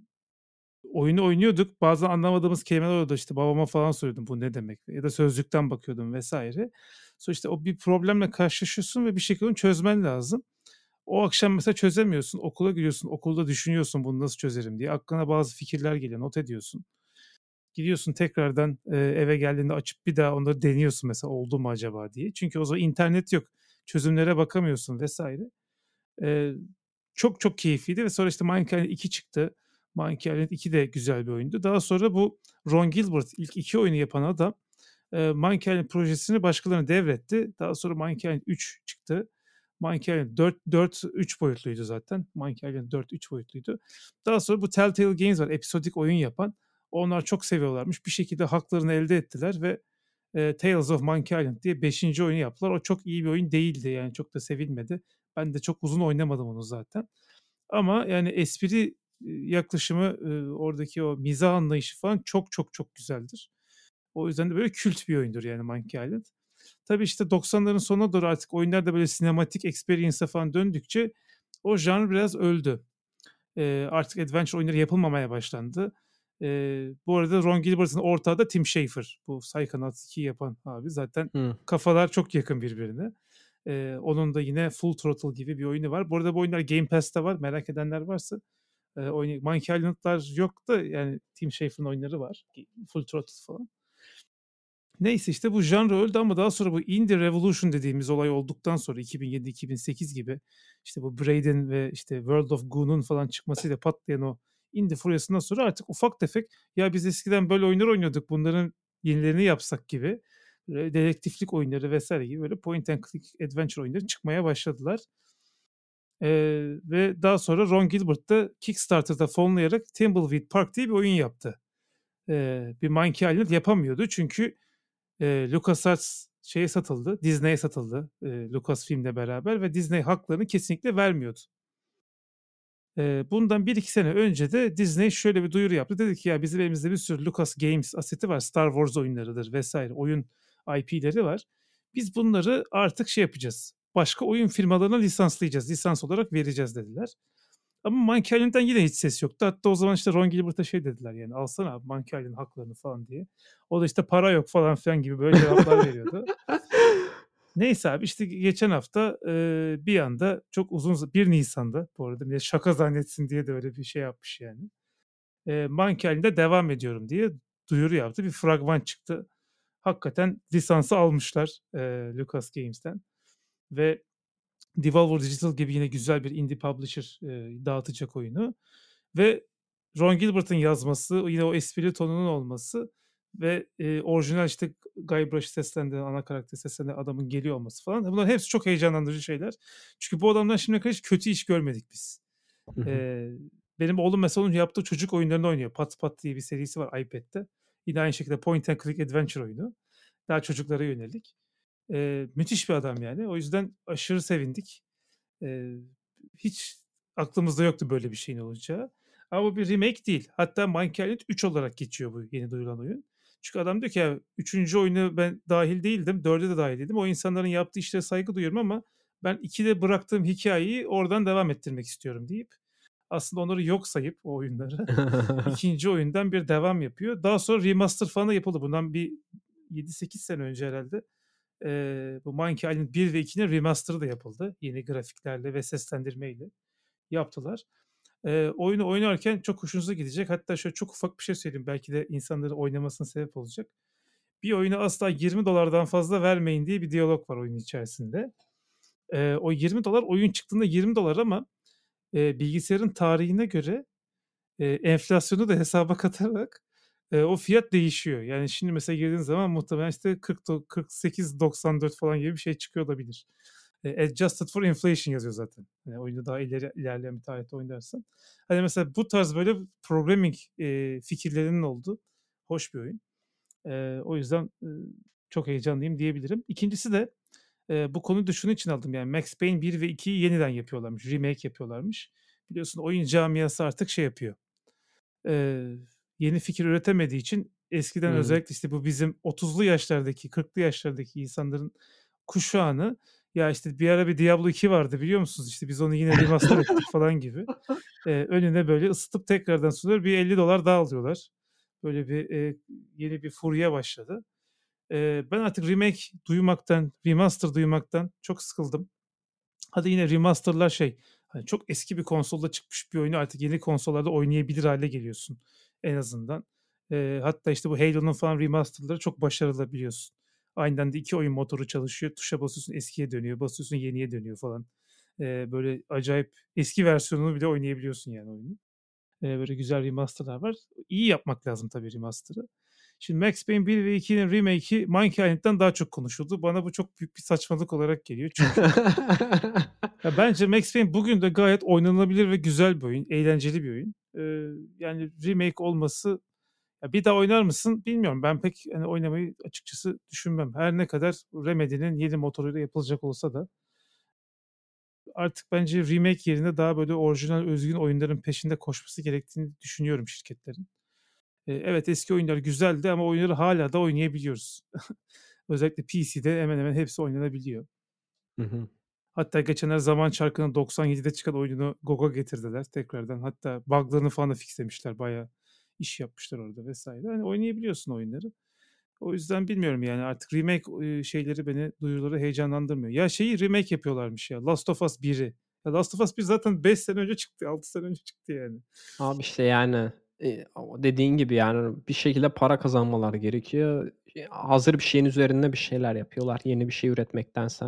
oyunu oynuyorduk. Bazen anlamadığımız kelimeler oluyordu. İşte babama falan soruyordum bu ne demek ya da sözlükten bakıyordum vesaire. Sonra işte o bir problemle karşılaşıyorsun ve bir şekilde onu çözmen lazım. O akşam mesela çözemiyorsun. Okula gidiyorsun. Okulda düşünüyorsun bunu nasıl çözerim diye. Aklına bazı fikirler geliyor. Not ediyorsun. Gidiyorsun tekrardan, eee, eve geldiğinde açıp bir daha onları deniyorsun mesela oldu mu acaba diye. Çünkü o zaman internet yok. Çözümlere bakamıyorsun vesaire. Eee, çok çok keyifliydi ve sonra işte Monkey Island iki çıktı. Monkey Island iki de güzel bir oyundu. Daha sonra bu Ron Gilbert ilk iki oyunu yapan adam, eee, Monkey Island projesini başkalarına devretti. Daha sonra Monkey Island üç çıktı. Monkey Island dört, dört üç boyutluydu zaten. Monkey Island dört üç boyutluydu. Daha sonra bu Telltale Games var, episodik oyun yapan. Onlar çok seviyorlarmış. Bir şekilde haklarını elde ettiler ve eee, Tales of Monkey Island diye beşinci oyunu yaptılar. O çok iyi bir oyun değildi yani çok da sevilmedi. Ben de çok uzun oynamadım onu zaten. Ama yani espri, eee, yaklaşımı, eee, oradaki o mizah anlayışı falan çok çok çok güzeldir. O yüzden de böyle kült bir oyundur yani Monkey Island. Tabii işte doksanların sonuna doğru artık oyunlar da böyle sinematik experience'a falan döndükçe o janr biraz öldü. Eee, artık adventure oyunları yapılmamaya başlandı. Eee, bu arada Ron Gilbert'ın ortağı da Tim Schafer. Bu Psychonauts ikiyi yapan abi. Zaten Hıı. kafalar çok yakın birbirine. Eee, onun da yine Full Throttle gibi bir oyunu var. Bu arada bu oyunlar Game Pass'te var. Merak edenler varsa eee, oynay Monkey Island'lar yok da yani Tim Schafer'ın oyunları var. Full Throttle falan. Neyse işte bu janr öldü ama daha sonra bu Indie Revolution dediğimiz olay olduktan sonra iki bin yedi iki bin sekiz gibi işte bu Braid'in ve işte World of Goon'un falan çıkmasıyla patlayan o indie furyasından sonra artık ufak tefek ya biz eskiden böyle oyunlar oynuyorduk bunların yenilerini yapsak gibi böyle dedektiflik oyunları vesaire gibi böyle point and click adventure oyunları çıkmaya başladılar. Eee, ve daha sonra Ron Gilbert da Kickstarter'da fonlayarak Thimbleweed Park diye bir oyun yaptı. Eee, bir Monkey Island yapamıyordu çünkü Eee, LucasArts şeye satıldı, Disney'e satıldı, eee, Lucasfilm'le beraber ve Disney haklarını kesinlikle vermiyordu. Eee, bundan bir iki sene önce de Disney şöyle bir duyuru yaptı. Dedi ki ya bizim elimizde bir sürü Lucas Games aseti var. Star Wars oyunlarıdır vesaire oyun I P'leri var. Biz bunları artık şey yapacağız. Başka oyun firmalarına lisanslayacağız. Lisans olarak vereceğiz dediler. Ama Monkey Island'den yine hiç ses yoktu. Hatta o zaman işte Ron Gilbert'a şey dediler yani alsana abi Monkey Island haklarını falan diye. O da işte para yok falan filan gibi böyle cevaplar veriyordu. Neyse abi işte geçen hafta, eee, bir anda çok uzun z bir Nisan'da bu arada millet şaka zannetsin diye de öyle bir şey yapmış yani. Eee, Monkey Island'a devam ediyorum diye duyuru yaptı. Bir fragman çıktı. Hakikaten lisansı almışlar, eee, Lucas Games'ten ve Devolver Digital gibi yine güzel bir indie publisher, eee, dağıtacak oyunu ve Ron Gilbert'ın yazması, yine o esprili tonunun olması ve, eee, orijinal, işte, Guybrush seslendiren, ana karakteri seslendiren adamın geliyor olması falan. Bunların hepsi çok heyecanlandırıcı şeyler. Çünkü bu adamdan şimdiye kadar hiç kötü iş görmedik biz. Hı hı. Eee, benim oğlum mesela onun yaptığı çocuk oyunlarını oynuyor. Pat Pat diye bir serisi var iPad'de. Yine aynı şekilde point and click adventure oyunu. Daha çocuklara yönelik. Eee, müthiş bir adam yani. O yüzden aşırı sevindik. Eee, hiç aklımızda yoktu böyle bir şeyin olacağı. Ama bu bir remake değil. Hatta Monkey Island üç olarak geçiyor bu yeni duyurulan oyun. Çünkü adam diyor ki ya üçüncü oyunu ben dahil değildim. dörde de dahil değildim. O insanların yaptığı işlere saygı duyuyorum ama ben ikide bıraktığım hikayeyi oradan devam ettirmek istiyorum deyip aslında onları yok sayıp o oyunları ikinci oyundan bir devam yapıyor. Daha sonra remaster falan da yapıldı. Bundan bir yedi sekiz sene önce herhalde. Ee, bu Monkey Island bir ve ikinin remaster'ı da yapıldı. Yeni grafiklerle ve seslendirmeyle yaptılar. Ee, oyunu oynarken çok hoşunuza gidecek. Hatta şöyle çok ufak bir şey söyleyeyim. Belki de insanların oynamasına sebep olacak. Bir oyuna asla yirmi dolardan fazla vermeyin diye bir diyalog var oyunun içerisinde. Ee, o yirmi dolar oyun çıktığında yirmi dolar ama e, bilgisayarın tarihine göre e, enflasyonu da hesaba katarak e, o fiyat değişiyor. Yani şimdi mesela girdiğin zaman muhtemelen işte kırk kırk sekiz doksan dört falan gibi bir şey çıkıyor olabilir. E, adjusted for inflation yazıyor zaten. Yani oyunu daha ileri ilerleyen bir tarihte oynarsan. Hani mesela bu tarz böyle programming e, fikirlerinin olduğu hoş bir oyun. E, o yüzden e, çok heyecanlıyım diyebilirim. İkincisi de e, bu konuyu da şunun için aldım. Yani Max Payne bir ve ikiyi yeniden yapıyorlarmış. Remake yapıyorlarmış. Biliyorsun oyun camiası artık şey yapıyor. E, yeni fikir üretemediği için eskiden Hı. özellikle işte bu bizim otuzlu yaşlardaki, kırklı yaşlardaki insanların kuşağını ya işte bir ara bir Diablo iki vardı biliyor musunuz? İşte biz onu yine remaster ettik falan gibi. E, önüne böyle ısıtıp tekrardan sunuyor. Bir elli dolar daha alıyorlar. Böyle bir e, yeni bir furya başladı. E, ben artık remake duymaktan, remaster duymaktan çok sıkıldım. Hadi yine remasterlar şey, hani çok eski bir konsolda çıkmış bir oyunu artık yeni konsollarda oynayabilir hale geliyorsun en azından. E, hatta işte bu Halo'nun falan remasterları çok başarılı biliyorsun. Aynı anda iki oyun motoru çalışıyor. Tuşa basıyorsun eskiye dönüyor, basıyorsun yeniye dönüyor falan. E, böyle acayip eski versiyonunu bile oynayabiliyorsun yani oyunu. E, böyle güzel remasterlar var. İyi yapmak lazım tabii remaster'ı. Şimdi Max Payne bir ve ikinin remake'i Monkey Island'dan daha çok konuşuldu. Bana bu çok büyük bir saçmalık olarak geliyor. Çünkü ya bence Max Payne bugün de gayet oynanabilir ve güzel bir oyun. Eğlenceli bir oyun. Ee, yani remake olması ya bir daha oynar mısın bilmiyorum. Ben pek hani oynamayı açıkçası düşünmem. Her ne kadar Remedy'nin yeni motoruyla yapılacak olsa da artık bence remake yerine daha böyle orijinal özgün oyunların peşinde koşması gerektiğini düşünüyorum şirketlerin. Ee, evet eski oyunlar güzeldi ama oyunları hala da oynayabiliyoruz. Özellikle P C'de hemen hemen hepsi oynanabiliyor. Hı hı. Hatta geçenler Zaman Çarkı'nın doksan yedide çıkan oyununu GOG'a getirdiler tekrardan. Hatta bug'larını falan da fixlemişler. Bayağı iş yapmışlar orada vesaire. Hani oynayabiliyorsun oyunları. O yüzden bilmiyorum yani artık remake e, şeyleri beni, duyuruları heyecanlandırmıyor. Ya şeyi remake yapıyorlarmış ya. Last of Us biri. Ya Last of Us bir zaten beş sene önce çıktı. altı sene önce çıktı yani. Abi işte yani, eee, o dediğin gibi yani bir şekilde para kazanmaları gerekiyor. Eee, hazır bir şeyin üzerinde bir şeyler yapıyorlar yeni bir şey üretmektense.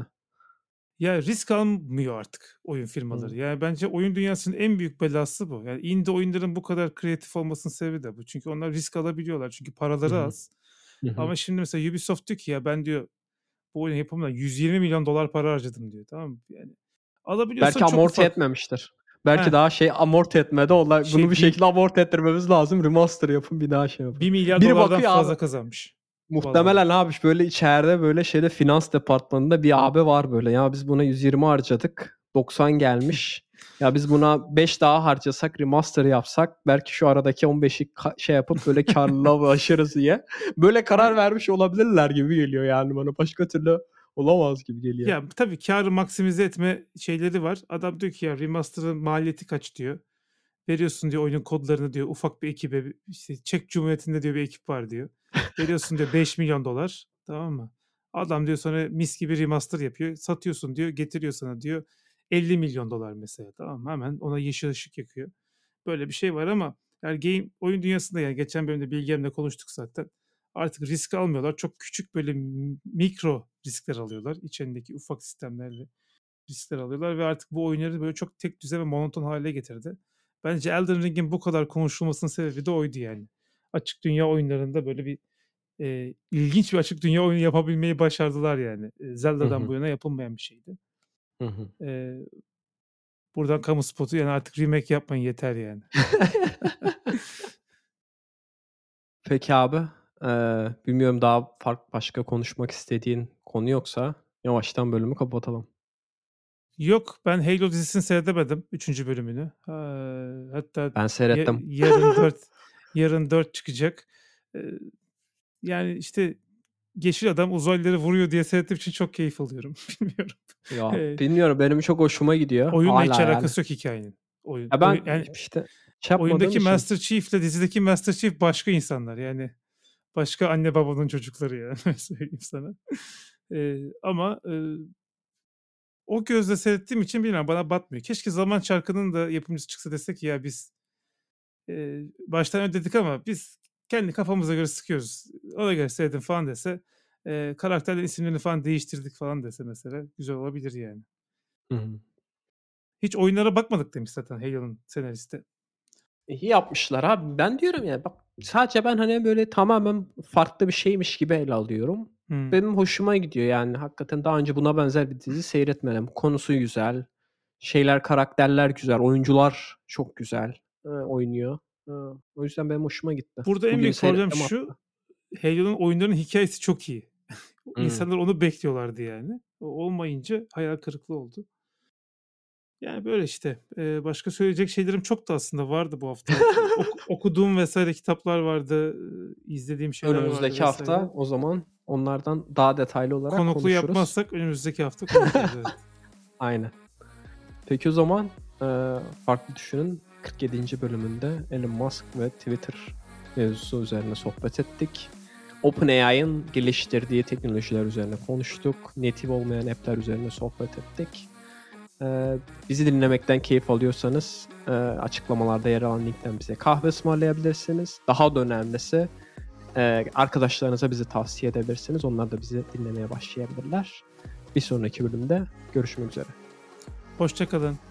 Ya risk almıyor artık oyun Hı. firmaları. Yani bence oyun dünyasının en büyük belası bu. Yani indie oyunların bu kadar kreatif olmasının sebebi de bu. Çünkü onlar risk alabiliyorlar. Çünkü Hı paraları hı. az. Hı hı. Ama şimdi mesela Ubisoft diyor ki ya ben diyor bu oyun yapımına yüz yirmi milyon dolar para harcadım diyor. Tamam mı? Yani alabiliyorsan Belki çok amorti ufak. etmemiştir. Belki Heh, daha şey amorti etmedi. Olay bunu şey bir bir, şekilde amorti ettirmemiz lazım. Remaster yapın bir daha şey yapın. bir milyar Biri dolardan bakıyor abi fazla kazanmış. Vallahi. muhtemelen abi böyle içeride böyle şeyde finans departmanında bir abi var böyle. Ya biz buna yüz yirmi harcadık. doksan gelmiş. Ya biz buna beş daha harcasak remaster yapsak belki şu aradaki on beşi ka- şey yapıp böyle karlılığa ulaşırız diye. Böyle karar vermiş olabilirler gibi geliyor yani bana. Başka türlü olamaz gibi geliyor. Ya tabii kârı maksimize etme şeyleri var. Adam diyor ki ya remaster'ın maliyeti kaç diyor. Veriyorsun diyor oyunun kodlarını diyor ufak bir ekibe işte Çek Cumhuriyeti'nde diyor bir ekip var diyor. Veriyorsun diyor beş milyon dolar tamam mı? Adam diyor sonra mis gibi remaster yapıyor. Satıyorsun diyor getiriyor sana diyor elli milyon dolar mesela tamam mı? Hemen ona yeşil ışık yakıyor. Böyle bir şey var ama yani game oyun dünyasında yani geçen bölümde Bilgem'le konuştuk zaten. Artık risk almıyorlar. Çok küçük böyle m- mikro riskler alıyorlar. İçerindeki ufak sistemlerle riskler alıyorlar ve artık bu oyunları böyle çok tek düze ve monoton hale getirdi. Bence Elden Ring'in bu kadar konuşulmasının sebebi de oydu yani. Açık dünya oyunlarında böyle bir e, ilginç bir açık dünya oyunu yapabilmeyi başardılar yani. E, Hı Zelda'dan bu hı. yana yapılmayan bir şeydi. Hı hı. E, buradan kamu spotu yani artık remake yapmayın yeter yani. Peki abi. Eee, bilmiyorum daha farklı başka konuşmak istediğin konu yoksa yavaştan bölümü kapatalım. Yok ben Halo dizisini seyredemedim. Üçüncü bölümünü. Ha, hatta Ben ya- seyrettim. yarın dört yarın dört çıkacak. E, yani işte Yeşil Adam uzaylıları vuruyor diye seyrettiğim için çok keyif alıyorum. Bilmiyorum. Ya Eee, bilmiyorum benim çok hoşuma gidiyor oyunla hiç hala yani. alakası yok hikayenin. Oyun. Ya, Oy ben yani işte şey yapmadığım oyundaki için. Master Chief'le dizideki Master Chief başka insanlar. Yani başka anne babanın çocukları yani öyle söyleyeyim sana. Eee, ama, eee o gözle seyrettiğim için bilmiyorum bana batmıyor. Keşke Zaman Çarkı'nın da yapımcısı çıksa dese ki ya biz, eee, baştan ödedik ama biz kendi kafamıza göre sıkıyoruz. Ona göre seyredin falan dese. Eee, karakterlerin isimlerini falan değiştirdik falan dese mesela güzel olabilir yani. Hı hı. Hiç oyunlara bakmadık demiş zaten Halo'nun senaristi. İyi yapmışlar abi. Ben diyorum ya bak sadece ben, hani, böyle tamamen farklı bir şeymiş gibi ele alıyorum. Hımm. Benim hoşuma gidiyor yani hakikaten daha önce buna benzer bir dizi seyretmedim. Konusu güzel, şeyler, karakterler güzel, oyuncular çok güzel, eee, oynuyor. Iıı, o yüzden benim hoşuma gitti. Burada en Bugün büyük problem seyredeceğim şu, hatta. Halo'nun oyunlarının hikâyesi çok iyi. Hımm. İnsanlar onu bekliyorlardı yani. O olmayınca hayal kırıklığı oldu. Yani böyle işte. Eee, başka söyleyecek şeylerim çoktu aslında. Vardı bu hafta. Oku okuduğum vesaire kitaplar vardı. Iıı, izlediğim şeyler vardı Önümüzdeki hafta vesaire. o zaman onlardan daha detaylı olarak Konuklu konuşuruz. yapmazsak önümüzdeki hafta konuşuruz, evet. Aynen. Peki o zaman, eee, Farklı Düşün'ün kırk yedinci bölümünde Elon Musk ve Twitter mevzusu üzerine sohbet ettik. OpenAI'ın geliştirdiği teknolojiler üzerine konuştuk. Native olmayan app'ler üzerine sohbet ettik. Eee, bizi dinlemekten keyif alıyorsanız, eee, açıklamalarda yer alan linkten bize kahve ısmarlayabilirsiniz. Daha da önemlisi, eee, arkadaşlarınıza bizi tavsiye edebilirsiniz. Onlar da bizi dinlemeye başlayabilirler. Bir sonraki bölümde görüşmek üzere. Hoşça kalın.